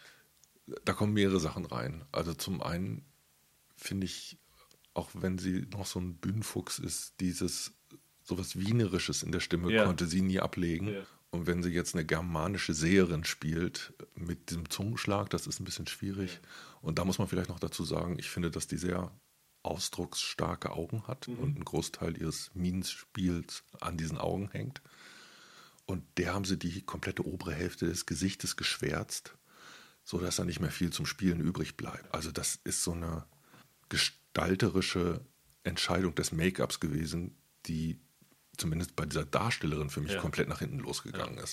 da kommen mehrere Sachen rein. Also zum einen finde ich, auch wenn sie noch so ein Bühnenfuchs ist, dieses sowas Wienerisches in der Stimme ja. konnte sie nie ablegen. Ja. Und wenn sie jetzt eine germanische Seherin spielt, mit diesem Zungenschlag, das ist ein bisschen schwierig. Ja. Und da muss man vielleicht noch dazu sagen, ich finde, dass die sehr ausdrucksstarke Augen hat mhm. und ein Großteil ihres Minenspiels an diesen Augen hängt. Und der haben sie die komplette obere Hälfte des Gesichtes geschwärzt, sodass da nicht mehr viel zum Spielen übrig bleibt. Also das ist so eine gestalterische Entscheidung des Make-ups gewesen, die zumindest bei dieser Darstellerin für mich ja. komplett nach hinten losgegangen ja. ist.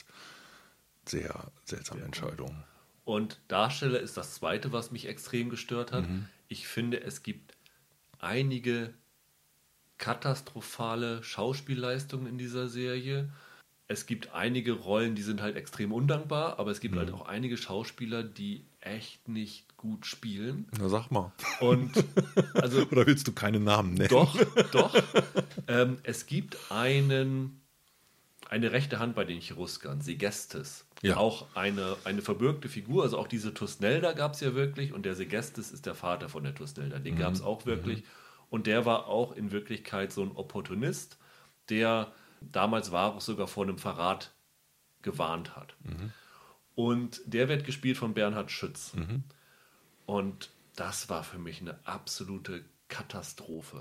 Sehr seltsame Sehr Entscheidung. Cool. Und Darsteller ist das Zweite, was mich extrem gestört hat. Mhm. Ich finde, es gibt einige katastrophale Schauspielleistungen in dieser Serie. Es gibt einige Rollen, die sind halt extrem undankbar, aber es gibt mhm. halt auch einige Schauspieler, die echt nicht gut spielen. Na, sag mal. Und also, oder willst du keine Namen nennen? Doch, doch. ähm, es gibt einen, eine rechte Hand bei den Cheruskern, Segestes. Ja. Auch eine, eine verbürgte Figur, also auch diese Tusnelda gab es ja wirklich und der Segestes ist der Vater von der Tusnelda. Den mhm. gab es auch wirklich. Mhm. Und der war auch in Wirklichkeit so ein Opportunist, der damals Varus sogar vor einem Verrat gewarnt hat. Mhm. Und der wird gespielt von Bernhard Schütz. Mhm. Und das war für mich eine absolute Katastrophe.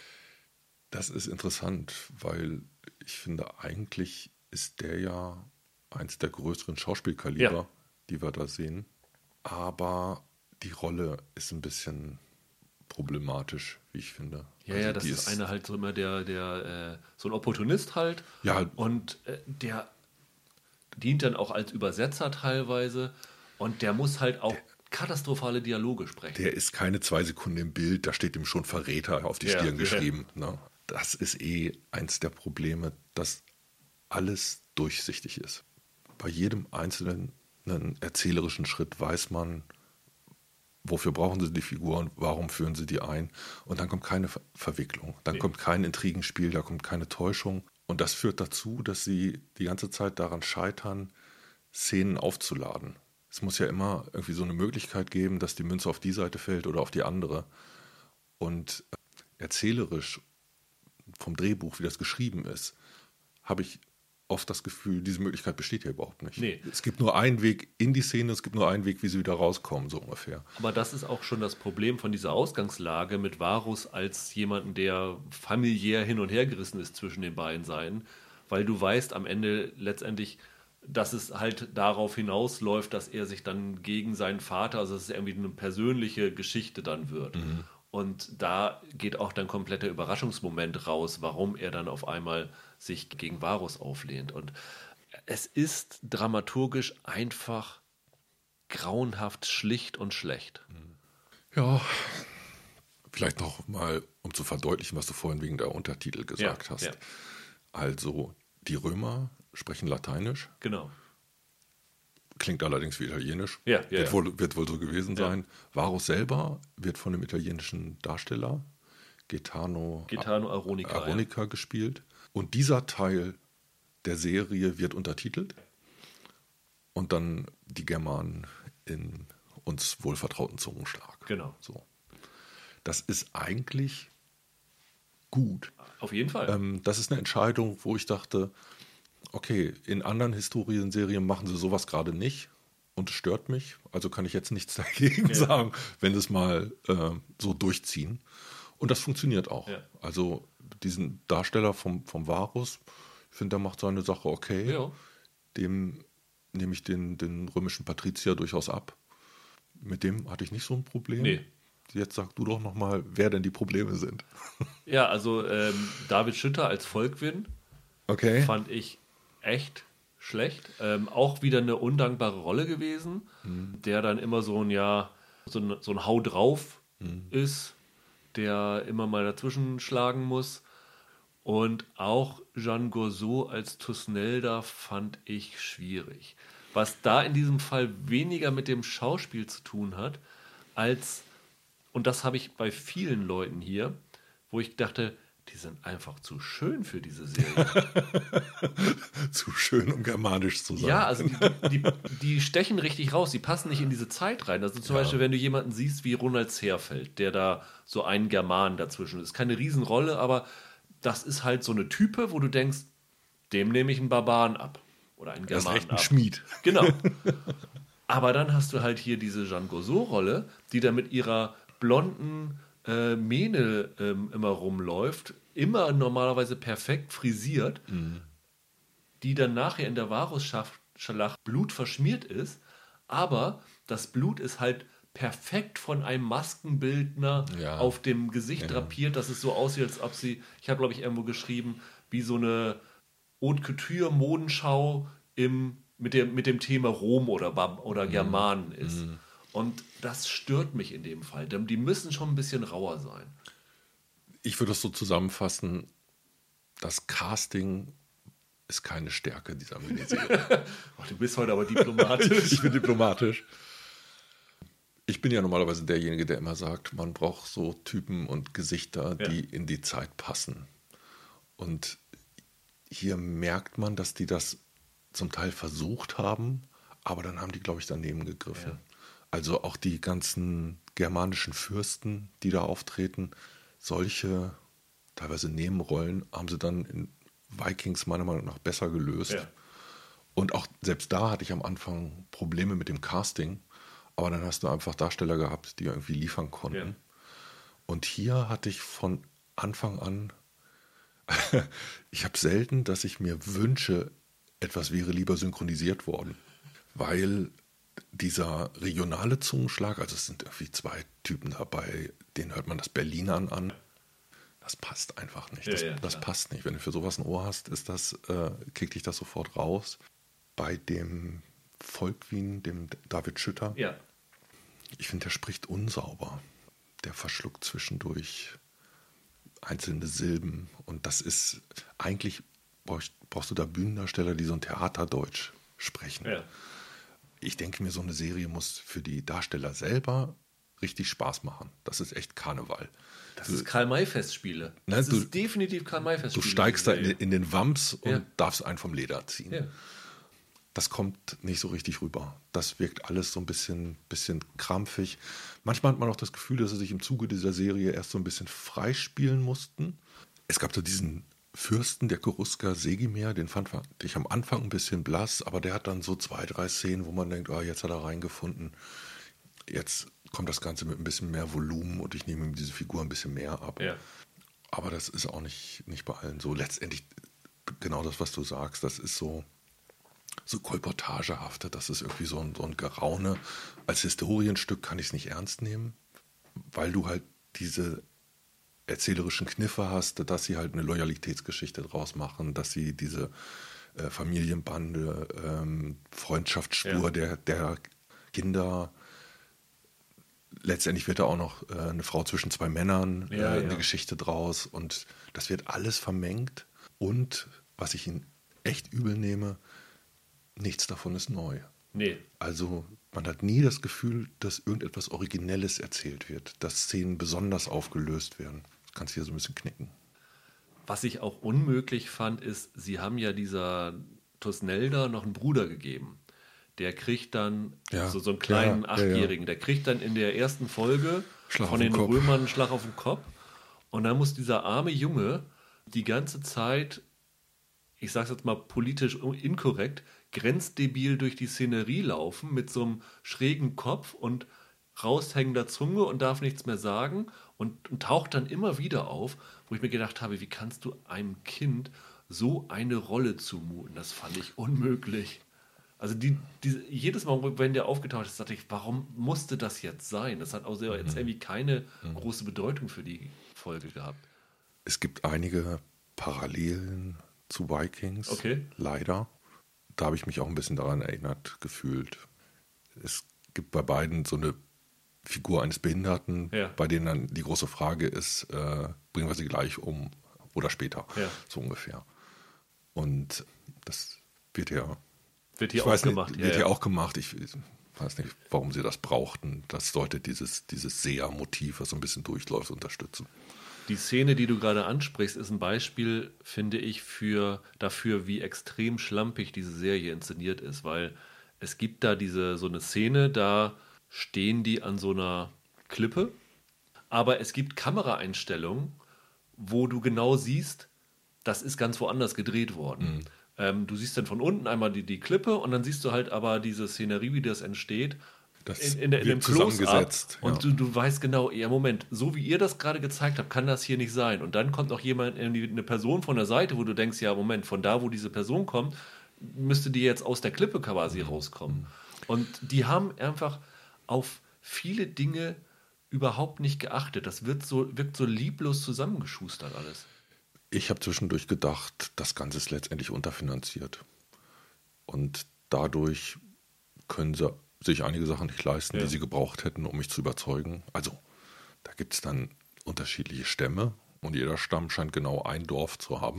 Das ist interessant, weil ich finde, eigentlich ist der ja eins der größeren Schauspielkaliber, ja. die wir da sehen. Aber die Rolle ist ein bisschen problematisch, wie ich finde. Ja, also ja, das ist, ist einer halt so immer der, der äh, so ein Opportunist halt. Ja. Und äh, der dient dann auch als Übersetzer teilweise. Und der muss halt auch der, katastrophale Dialoge sprechen. Der ist keine zwei Sekunden im Bild, da steht ihm schon Verräter auf die ja, Stirn ja. geschrieben. Ne? das ist eh eins der Probleme, dass alles durchsichtig ist. Bei jedem einzelnen erzählerischen Schritt weiß man, wofür brauchen sie die Figuren, warum führen sie die ein. Und dann kommt keine Ver- Verwicklung, dann nee. kommt kein Intrigenspiel, da kommt keine Täuschung. Und das führt dazu, dass sie die ganze Zeit daran scheitern, Szenen aufzuladen. Es muss ja immer irgendwie so eine Möglichkeit geben, dass die Münze auf die Seite fällt oder auf die andere. Und erzählerisch vom Drehbuch, wie das geschrieben ist, habe ich oft das Gefühl, diese Möglichkeit besteht ja überhaupt nicht. Nee. Es gibt nur einen Weg in die Szene, es gibt nur einen Weg, wie sie wieder rauskommen, so ungefähr. Aber das ist auch schon das Problem von dieser Ausgangslage mit Varus als jemanden, der familiär hin und her gerissen ist zwischen den beiden Seiten, weil du weißt am Ende letztendlich, dass es halt darauf hinausläuft, dass er sich dann gegen seinen Vater, also dass es irgendwie eine persönliche Geschichte dann wird. Mhm. Und da geht auch dann komplett der Überraschungsmoment raus, warum er dann auf einmal sich gegen Varus auflehnt. Und es ist dramaturgisch einfach grauenhaft schlicht und schlecht. Ja, vielleicht noch mal, um zu verdeutlichen, was du vorhin wegen der Untertitel gesagt ja, hast. Ja. Also, die Römer sprechen Lateinisch. Genau. Klingt allerdings wie Italienisch. Ja, ja, wird, ja. Wohl, wird wohl so gewesen ja. sein. Varus selber wird von dem italienischen Darsteller Gaetano, Gaetano Aronica, Aronica ja. gespielt. Und dieser Teil der Serie wird untertitelt und dann die Germanen in uns wohlvertrauten Zungenschlag. Genau. So. Das ist eigentlich gut. Auf jeden Fall. Ähm, das ist eine Entscheidung, wo ich dachte, okay, in anderen Historienserien machen sie sowas gerade nicht und es stört mich, also kann ich jetzt nichts dagegen ja. sagen, wenn sie es mal äh, so durchziehen. Und das funktioniert auch. Ja. Also diesen Darsteller vom, vom Varus, ich finde, der macht seine Sache okay. Ja. Dem nehme ich den, den römischen Patrizier durchaus ab. Mit dem hatte ich nicht so ein Problem. Nee. Jetzt sag du doch nochmal, wer denn die Probleme sind. Ja, also ähm, David Schütter als Volkwin okay. fand ich echt schlecht. Ähm, auch wieder eine undankbare Rolle gewesen, mhm. der dann immer so ein, ja, so ein, so ein Hau drauf mhm. ist, der immer mal dazwischen schlagen muss. Und auch Jeanne Gourceau als Tusnelda fand ich schwierig. Was da in diesem Fall weniger mit dem Schauspiel zu tun hat, als, und das habe ich bei vielen Leuten hier, wo ich dachte, die sind einfach zu schön für diese Serie. Zu schön, um germanisch zu sein. Ja, also die, die, die stechen richtig raus, die passen nicht in diese Zeit rein. Also zum ja. Beispiel, wenn du jemanden siehst wie Ronald Zerfeld, der da so einen Germanen dazwischen ist. Keine Riesenrolle, aber das ist halt so eine Type, wo du denkst, dem nehme ich einen Barbaren ab. Oder einen Germanen ab. Das ist echt ein Schmied. Genau. Aber dann hast du halt hier diese Jeanne Gourceau-Rolle, die da mit ihrer blonden äh, Mähne ähm, immer rumläuft, immer normalerweise perfekt frisiert, mhm. die dann nachher in der Varusschlacht blutverschmiert ist, aber das Blut ist halt perfekt von einem Maskenbildner ja. auf dem Gesicht ja. drapiert, dass es so aussieht, als ob sie, ich habe glaube ich irgendwo geschrieben, wie so eine Haute Couture Modenschau im, mit, dem, mit dem Thema Rom oder, Bab, oder Germanen mhm. ist. Mhm. Und das stört mich in dem Fall. Die müssen schon ein bisschen rauer sein. Ich würde es so zusammenfassen, das Casting ist keine Stärke dieser Miniserie. Oh, du bist heute aber diplomatisch. Ich bin diplomatisch. Ich bin ja normalerweise derjenige, der immer sagt, man braucht so Typen und Gesichter, ja. die in die Zeit passen. Und hier merkt man, dass die das zum Teil versucht haben, aber dann haben die, glaube ich, daneben gegriffen. Ja. Also auch die ganzen germanischen Fürsten, die da auftreten, solche teilweise Nebenrollen haben sie dann in Vikings meiner Meinung nach besser gelöst. Ja. Und auch selbst da hatte ich am Anfang Probleme mit dem Casting, aber dann hast du einfach Darsteller gehabt, die irgendwie liefern konnten. Ja. Und hier hatte ich von Anfang an, ich habe selten, dass ich mir wünsche, etwas wäre lieber synchronisiert worden, weil dieser regionale Zungenschlag, also es sind irgendwie zwei Typen dabei, denen hört man das Berlinern an. Das passt einfach nicht. Das, ja, ja, das passt nicht. Wenn du für sowas ein Ohr hast, ist das, äh, kickt dich das sofort raus. Bei dem Volkwin, dem David Schütter, ja. ich finde, der spricht unsauber. Der verschluckt zwischendurch einzelne Silben. Und das ist, eigentlich brauchst, brauchst du da Bühnendarsteller, die so ein Theaterdeutsch sprechen. Ja. Ich denke mir, so eine Serie muss für die Darsteller selber richtig Spaß machen. Das ist echt Karneval. Das ist Karl-May-Festspiele. Ne, Das du- ist definitiv Karl-May-Festspiele. Du steigst da diese in, Serie. in den Wams und Ja. darfst einen vom Leder ziehen. Ja. Das kommt nicht so richtig rüber. Das wirkt alles so ein bisschen, bisschen krampfig. Manchmal hat man auch das Gefühl, dass sie sich im Zuge dieser Serie erst so ein bisschen freispielen mussten. Es gab so diesen Fürsten, der Cherusker Segimir, den fand ich am Anfang ein bisschen blass, aber der hat dann so zwei, drei Szenen, wo man denkt, ah, jetzt hat er reingefunden. Jetzt kommt das Ganze mit ein bisschen mehr Volumen und ich nehme ihm diese Figur ein bisschen mehr ab. Ja. Aber das ist auch nicht, nicht bei allen so. Letztendlich genau das, was du sagst, das ist so, so kolportagehaftet, das ist irgendwie so ein, so ein Geraune. Als Historienstück kann ich es nicht ernst nehmen, weil du halt diese erzählerischen Kniffe hast, dass sie halt eine Loyalitätsgeschichte draus machen, dass sie diese äh, Familienbande, ähm, Freundschaftsspur Ja. der, der Kinder. Letztendlich wird da auch noch äh, eine Frau zwischen zwei Männern, äh, Ja, eine ja. Geschichte draus und das wird alles vermengt und was ich ihnen echt übel nehme, nichts davon ist neu. Nee. Also man hat nie das Gefühl, dass irgendetwas Originelles erzählt wird, dass Szenen besonders aufgelöst werden. Das kannst du hier so ein bisschen knicken. Was ich auch unmöglich fand, ist, sie haben ja dieser Tusnelda noch einen Bruder gegeben. Der kriegt dann Ja, so, so einen kleinen ja, ja, ja. Achtjährigen, der kriegt dann in der ersten Folge Schlag von auf den den Kopf. Römern einen Schlag auf den Kopf. Und dann muss dieser arme Junge die ganze Zeit, ich sag's jetzt mal politisch inkorrekt, grenzdebil durch die Szenerie laufen mit so einem schrägen Kopf und raushängender Zunge und darf nichts mehr sagen und, und taucht dann immer wieder auf, wo ich mir gedacht habe, wie kannst du einem Kind so eine Rolle zumuten? Das fand ich unmöglich. Also die, die, jedes Mal, wenn der aufgetaucht ist, dachte ich, warum musste das jetzt sein? Das hat auch sehr, jetzt irgendwie keine große Bedeutung für die Folge gehabt. Es gibt einige Parallelen zu Vikings, Okay. leider. Da habe ich mich auch ein bisschen daran erinnert gefühlt. Es gibt bei beiden so eine Figur eines Behinderten, Ja. bei denen dann die große Frage ist, äh, bringen wir sie gleich um oder später, Ja. so ungefähr. Und das wird ja, Wird hier ich auch weiß gemacht. nicht, ja, wird ja. ja auch gemacht. Ich weiß nicht, warum sie das brauchten. Das sollte dieses, dieses Seher-Motiv, was so ein bisschen durchläuft, unterstützen. Die Szene, die du gerade ansprichst, ist ein Beispiel, finde ich, für dafür, wie extrem schlampig diese Serie inszeniert ist, weil es gibt da diese so eine Szene, da stehen die an so einer Klippe, aber es gibt Kameraeinstellungen, wo du genau siehst, das ist ganz woanders gedreht worden. Ähm, du siehst dann von unten einmal die, die Klippe und dann siehst du halt aber diese Szenerie, wie das entsteht, Das in, in, der- in wird dem Close-Up. zusammengesetzt, Und ja. du, du weißt genau, ja Moment, so wie ihr das gerade gezeigt habt, kann das hier nicht sein. Und dann kommt noch jemand, irgendwie eine Person von der Seite, wo du denkst, ja Moment, von da, wo diese Person kommt, müsste die jetzt aus der Klippe quasi rauskommen. Und die haben einfach auf viele Dinge überhaupt nicht geachtet. Das wird so, wirkt so lieblos zusammengeschustert alles. Ich habe zwischendurch gedacht, das Ganze ist letztendlich unterfinanziert. Und dadurch können sie sich einige Sachen nicht leisten, Ja. die sie gebraucht hätten, um mich zu überzeugen. Also, da gibt es dann unterschiedliche Stämme und jeder Stamm scheint genau ein Dorf zu haben.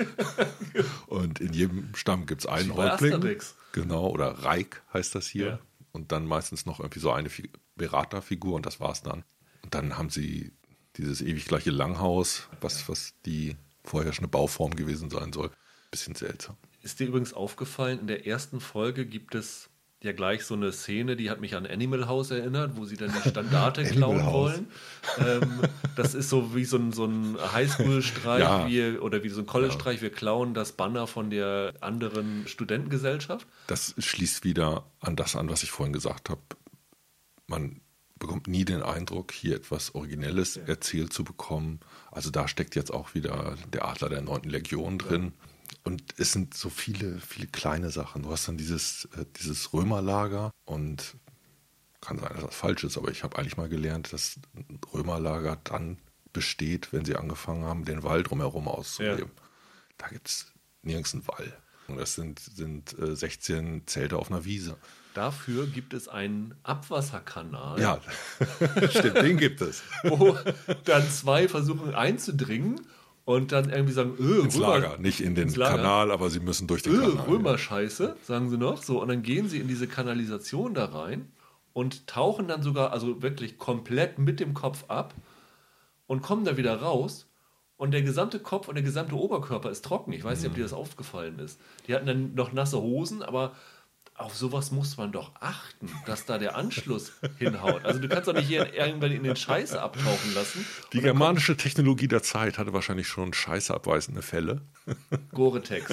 Und in jedem Stamm gibt es einen Wie bei Häuptling. Asterix. Genau, oder Reich heißt das hier. Ja. Und dann meistens noch irgendwie so eine Fi- Beraterfigur und das war's dann. Und dann haben sie dieses ewig gleiche Langhaus, was, was die vorherrschende Bauform gewesen sein soll. Bisschen seltsam. Ist dir übrigens aufgefallen, in der ersten Folge gibt es ja gleich so eine Szene, die hat mich an Animal House erinnert, wo sie dann die Standarte klauen Animal House. wollen. Ähm, das ist so wie so ein, so ein Highschool-Streich Ja. wir- oder wie so ein College-Streich. Wir klauen das Banner von der anderen Studentengesellschaft. Das schließt wieder an das an, was ich vorhin gesagt habe. Man bekommt nie den Eindruck, hier etwas Originelles erzählt zu bekommen. Also da steckt jetzt auch wieder der Adler der neunten Legion drin. Und es sind so viele, viele kleine Sachen. Du hast dann dieses, äh, dieses Römerlager und kann sein, dass das falsch ist, aber ich habe eigentlich mal gelernt, dass ein Römerlager dann besteht, wenn sie angefangen haben, den Wall drumherum auszuleben. Da gibt es nirgends einen Wall. Und das sind, sind äh, sechzehn Zelte auf einer Wiese. Dafür gibt es einen Abwasserkanal, Ja, stimmt, den gibt es. wo dann zwei versuchen einzudringen und dann irgendwie sagen, öh, Ins Römer, Lager, nicht in den ins Lager. Kanal, aber sie müssen durch den öh, Kanal. Römerscheiße, sagen sie noch. So, und dann gehen sie in diese Kanalisation da rein und tauchen dann sogar, also wirklich komplett mit dem Kopf ab und kommen da wieder raus. Und der gesamte Kopf und der gesamte Oberkörper ist trocken. Ich weiß nicht, ob dir das aufgefallen ist. Die hatten dann noch nasse Hosen, aber auf sowas muss man doch achten, dass da der Anschluss hinhaut. Also du kannst doch nicht hier irgendwann in den Scheiße abtauchen lassen. Die germanische Technologie der Zeit hatte wahrscheinlich schon scheißeabweisende Fälle. Gore-Tex.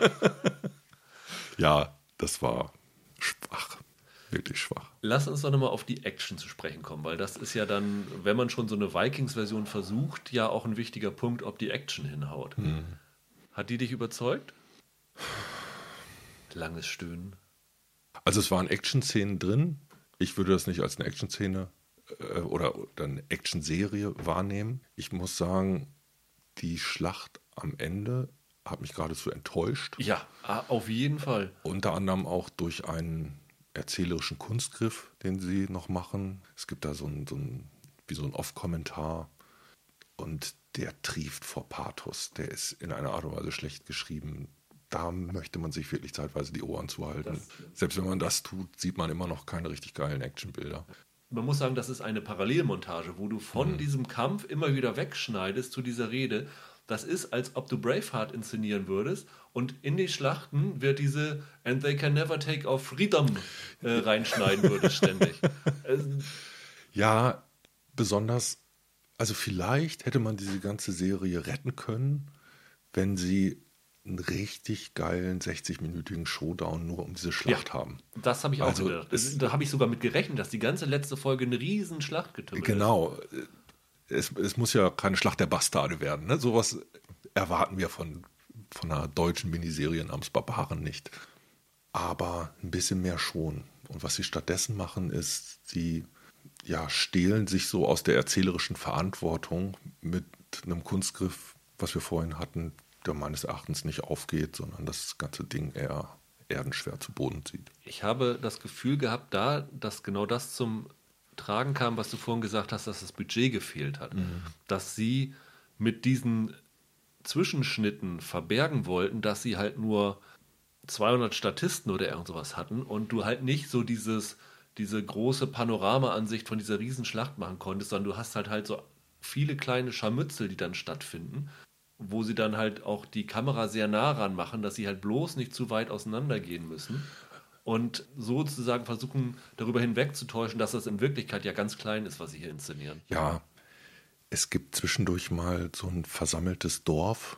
Ja, das war schwach. Wirklich schwach. Lass uns doch nochmal auf die Action zu sprechen kommen, weil das ist ja dann, wenn man schon so eine Vikings-Version versucht, ja auch ein wichtiger Punkt, ob die Action hinhaut. Hm. Hat die dich überzeugt? Langes Stöhnen. Also es waren Action-Szenen drin. Ich würde das nicht als eine Action-Szene äh, oder, oder eine Action-Serie wahrnehmen. Ich muss sagen, die Schlacht am Ende hat mich geradezu enttäuscht. Ja, auf jeden Fall. Unter anderem auch durch einen erzählerischen Kunstgriff, den sie noch machen. Es gibt da so ein, so ein wie so ein Off-Kommentar und der trieft vor Pathos. Der ist in einer Art und Weise schlecht geschrieben. Da möchte man sich wirklich zeitweise die Ohren zuhalten. Das, Selbst wenn man das tut, sieht man immer noch keine richtig geilen Actionbilder. Man muss sagen, das ist eine Parallelmontage, wo du von mhm. diesem Kampf immer wieder wegschneidest zu dieser Rede. Das ist, als ob du Braveheart inszenieren würdest und in die Schlachten wird diese "And they can never take our freedom" äh, reinschneiden würdest ständig. Ja, besonders, also vielleicht hätte man diese ganze Serie retten können, wenn sie einen richtig geilen sechzig-minütigen Showdown nur um diese Schlacht ja, haben. Das habe ich auch also gedacht. Das, da habe ich sogar mit gerechnet, dass die ganze letzte Folge eine riesen Schlacht getümmelt genau. ist. Genau. Es, es muss ja keine Schlacht der Bastarde werden. Ne? Sowas erwarten wir von, von einer deutschen Miniserie namens Barbaren nicht. Aber ein bisschen mehr schon. Und was sie stattdessen machen, ist, sie ja, stehlen sich so aus der erzählerischen Verantwortung mit einem Kunstgriff, was wir vorhin hatten, der meines Erachtens nicht aufgeht, sondern das ganze Ding eher erdenschwer zu Boden zieht. Ich habe das Gefühl gehabt, da, dass genau das zum Tragen kam, was du vorhin gesagt hast, dass das Budget gefehlt hat. Mhm. Dass sie mit diesen Zwischenschnitten verbergen wollten, dass sie halt nur zweihundert Statisten oder irgend sowas hatten und du halt nicht so dieses, diese große Panorama-Ansicht von dieser Riesenschlacht machen konntest, sondern du hast halt halt so viele kleine Scharmützel, die dann stattfinden, wo sie dann halt auch die Kamera sehr nah ran machen, dass sie halt bloß nicht zu weit auseinandergehen müssen. Und sozusagen versuchen, darüber hinwegzutäuschen, dass das in Wirklichkeit ja ganz klein ist, was sie hier inszenieren. Ja, es gibt zwischendurch mal so ein versammeltes Dorf,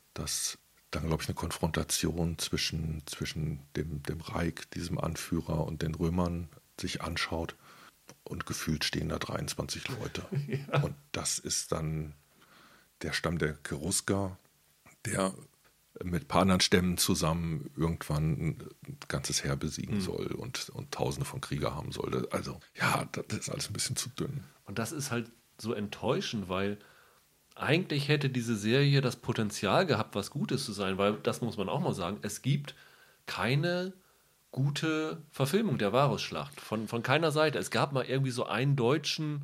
das dann, glaube ich, eine Konfrontation zwischen, zwischen dem, dem Reich, diesem Anführer, und den Römern sich anschaut. Und gefühlt stehen da dreiundzwanzig Leute. Ja. Und das ist dann der Stamm der Cherusker, der mit ein paar anderen Stämmen zusammen irgendwann ein ganzes Heer besiegen mhm. soll und, und Tausende von Krieger haben soll. Also ja, das ist alles ein bisschen zu dünn. Und das ist halt so enttäuschend, weil eigentlich hätte diese Serie das Potenzial gehabt, was Gutes zu sein, weil, das muss man auch mal sagen, es gibt keine gute Verfilmung der Varusschlacht von, von keiner Seite. Es gab mal irgendwie so einen deutschen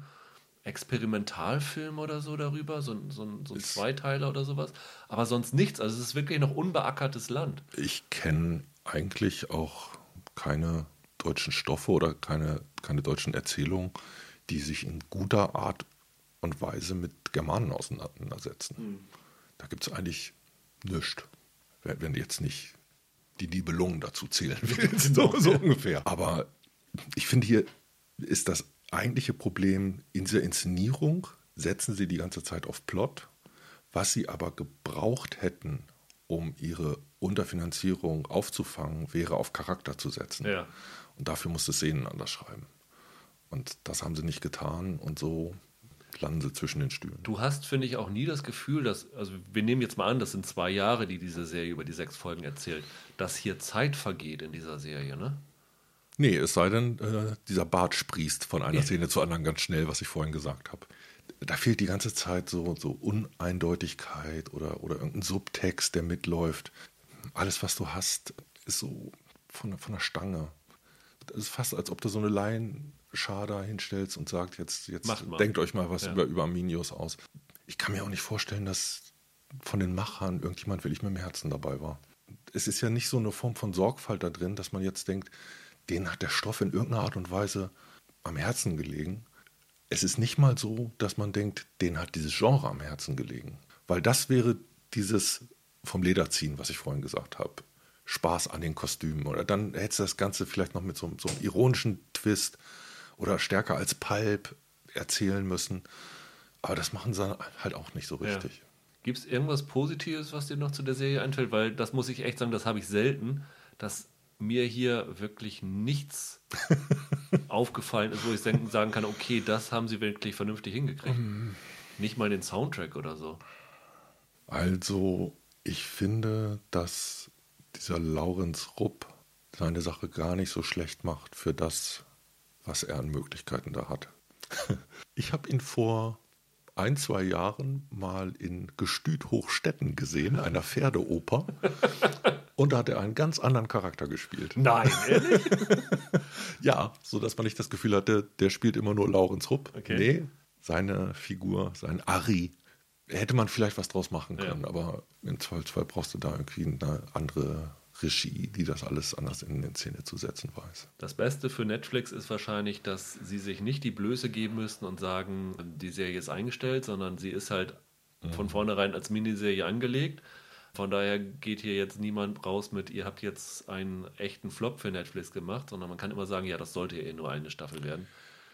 Experimentalfilm oder so darüber, so, so, so ein Zweiteiler oder sowas, aber sonst nichts. Also es ist wirklich noch unbeackertes Land. Ich kenne eigentlich auch keine deutschen Stoffe oder keine, keine deutschen Erzählungen, die sich in guter Art und Weise mit Germanen auseinandersetzen. Mhm. Da gibt es eigentlich nichts, wenn jetzt nicht die Nibelungen dazu zählen willst, so, so ungefähr. Aber ich finde, hier ist das eigentliche Problem in dieser Inszenierung, setzen sie die ganze Zeit auf Plot, was sie aber gebraucht hätten, um ihre Unterfinanzierung aufzufangen, wäre auf Charakter zu setzen. Ja. Und dafür musste Szenen anders schreiben. Und das haben sie nicht getan und so landen sie zwischen den Stühlen. Du hast, finde ich, auch nie das Gefühl, dass, also wir nehmen jetzt mal an, das sind zwei Jahre, die diese Serie über die sechs Folgen erzählt, dass hier Zeit vergeht in dieser Serie, ne? Nee, es sei denn, äh, dieser Bart sprießt von einer Szene zur anderen ganz schnell, was ich vorhin gesagt habe. Da fehlt die ganze Zeit so, so Uneindeutigkeit oder, oder irgendein Subtext, der mitläuft. Alles, was du hast, ist so von, von der Stange. Das ist fast, als ob du so eine Laienschar da hinstellst und sagst, jetzt, jetzt mal. denkt euch mal was Ja. über, über Arminius aus. Ich kann mir auch nicht vorstellen, dass von den Machern irgendjemand wirklich mit dem Herzen dabei war. Es ist ja nicht so eine Form von Sorgfalt da drin, dass man jetzt denkt, denen hat der Stoff in irgendeiner Art und Weise am Herzen gelegen. Es ist nicht mal so, dass man denkt, denen hat dieses Genre am Herzen gelegen. Weil das wäre dieses vom Lederziehen, was ich vorhin gesagt habe. Spaß an den Kostümen. Oder dann hättest du das Ganze vielleicht noch mit so, so einem ironischen Twist oder stärker als Pulp erzählen müssen. Aber das machen sie halt auch nicht so richtig. Ja. Gibt es irgendwas Positives, was dir noch zu der Serie einfällt? Weil das muss ich echt sagen, das habe ich selten, dass mir hier wirklich nichts aufgefallen ist, wo ich sagen kann, okay, das haben sie wirklich vernünftig hingekriegt. Um. Nicht mal den Soundtrack oder so. Also, ich finde, dass dieser Laurenz Rupp seine Sache gar nicht so schlecht macht für das, was er an Möglichkeiten da hat. Ich habe ihn vor ein, zwei Jahren mal in Gestüt Hochstetten gesehen, einer Pferdeoper. Und da hat er einen ganz anderen Charakter gespielt. Nein, ehrlich? Ja, so dass man nicht das Gefühl hatte, der spielt immer nur Laurenz Rupp. Okay. Nee, seine Figur, sein Ari, hätte man vielleicht was draus machen können. Ja. Aber im Zweifelsfall brauchst du da irgendwie eine andere Regie, die das alles anders in, in Szene zu setzen weiß. Das Beste für Netflix ist wahrscheinlich, dass sie sich nicht die Blöße geben müssten und sagen, die Serie ist eingestellt, sondern sie ist halt mhm. von vornherein als Miniserie angelegt. Von daher geht hier jetzt niemand raus mit, ihr habt jetzt einen echten Flop für Netflix gemacht, sondern man kann immer sagen, ja, das sollte eh nur eine Staffel werden.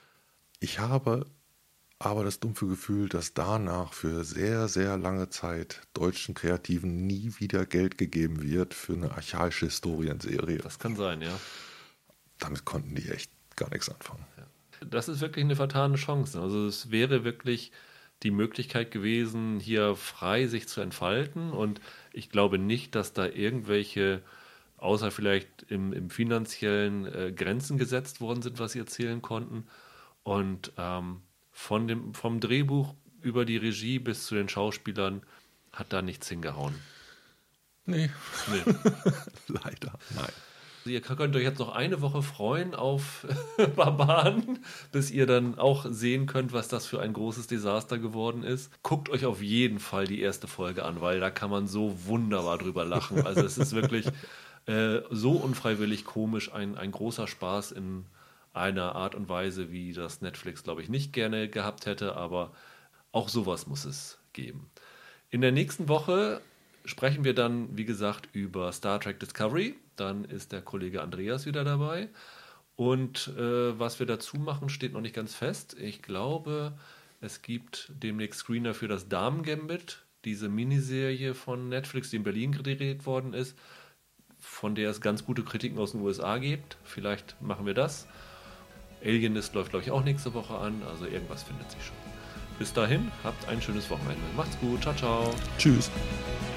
Ich habe aber das dumpfe Gefühl, dass danach für sehr, sehr lange Zeit deutschen Kreativen nie wieder Geld gegeben wird für eine archaische Historienserie. Das kann sein, ja. Damit konnten die echt gar nichts anfangen. Ja. Das ist wirklich eine vertane Chance. Also es wäre wirklich die Möglichkeit gewesen, hier frei sich zu entfalten. Und ich glaube nicht, dass da irgendwelche, außer vielleicht im, im finanziellen äh, Grenzen gesetzt worden sind, was sie erzählen konnten. Und ähm, von dem, vom Drehbuch über die Regie bis zu den Schauspielern hat da nichts hingehauen. Nee. nee. Leider, nein. Ihr könnt euch jetzt noch eine Woche freuen auf Barbaren, bis ihr dann auch sehen könnt, was das für ein großes Desaster geworden ist. Guckt euch auf jeden Fall die erste Folge an, weil da kann man so wunderbar drüber lachen. Also es ist wirklich äh, so unfreiwillig komisch, ein, ein großer Spaß in einer Art und Weise, wie das Netflix, glaube ich, nicht gerne gehabt hätte, aber auch sowas muss es geben. In der nächsten Woche sprechen wir dann, wie gesagt, über Star Trek Discovery. Dann ist der Kollege Andreas wieder dabei. Und äh, was wir dazu machen, steht noch nicht ganz fest. Ich glaube, es gibt demnächst Screener für das Damen-Gambit, diese Miniserie von Netflix, die in Berlin gedreht worden ist, von der es ganz gute Kritiken aus den U S A gibt. Vielleicht machen wir das. Alienist läuft, glaube ich, auch nächste Woche an. Also irgendwas findet sich schon. Bis dahin, habt ein schönes Wochenende. Macht's gut. Ciao, ciao. Tschüss.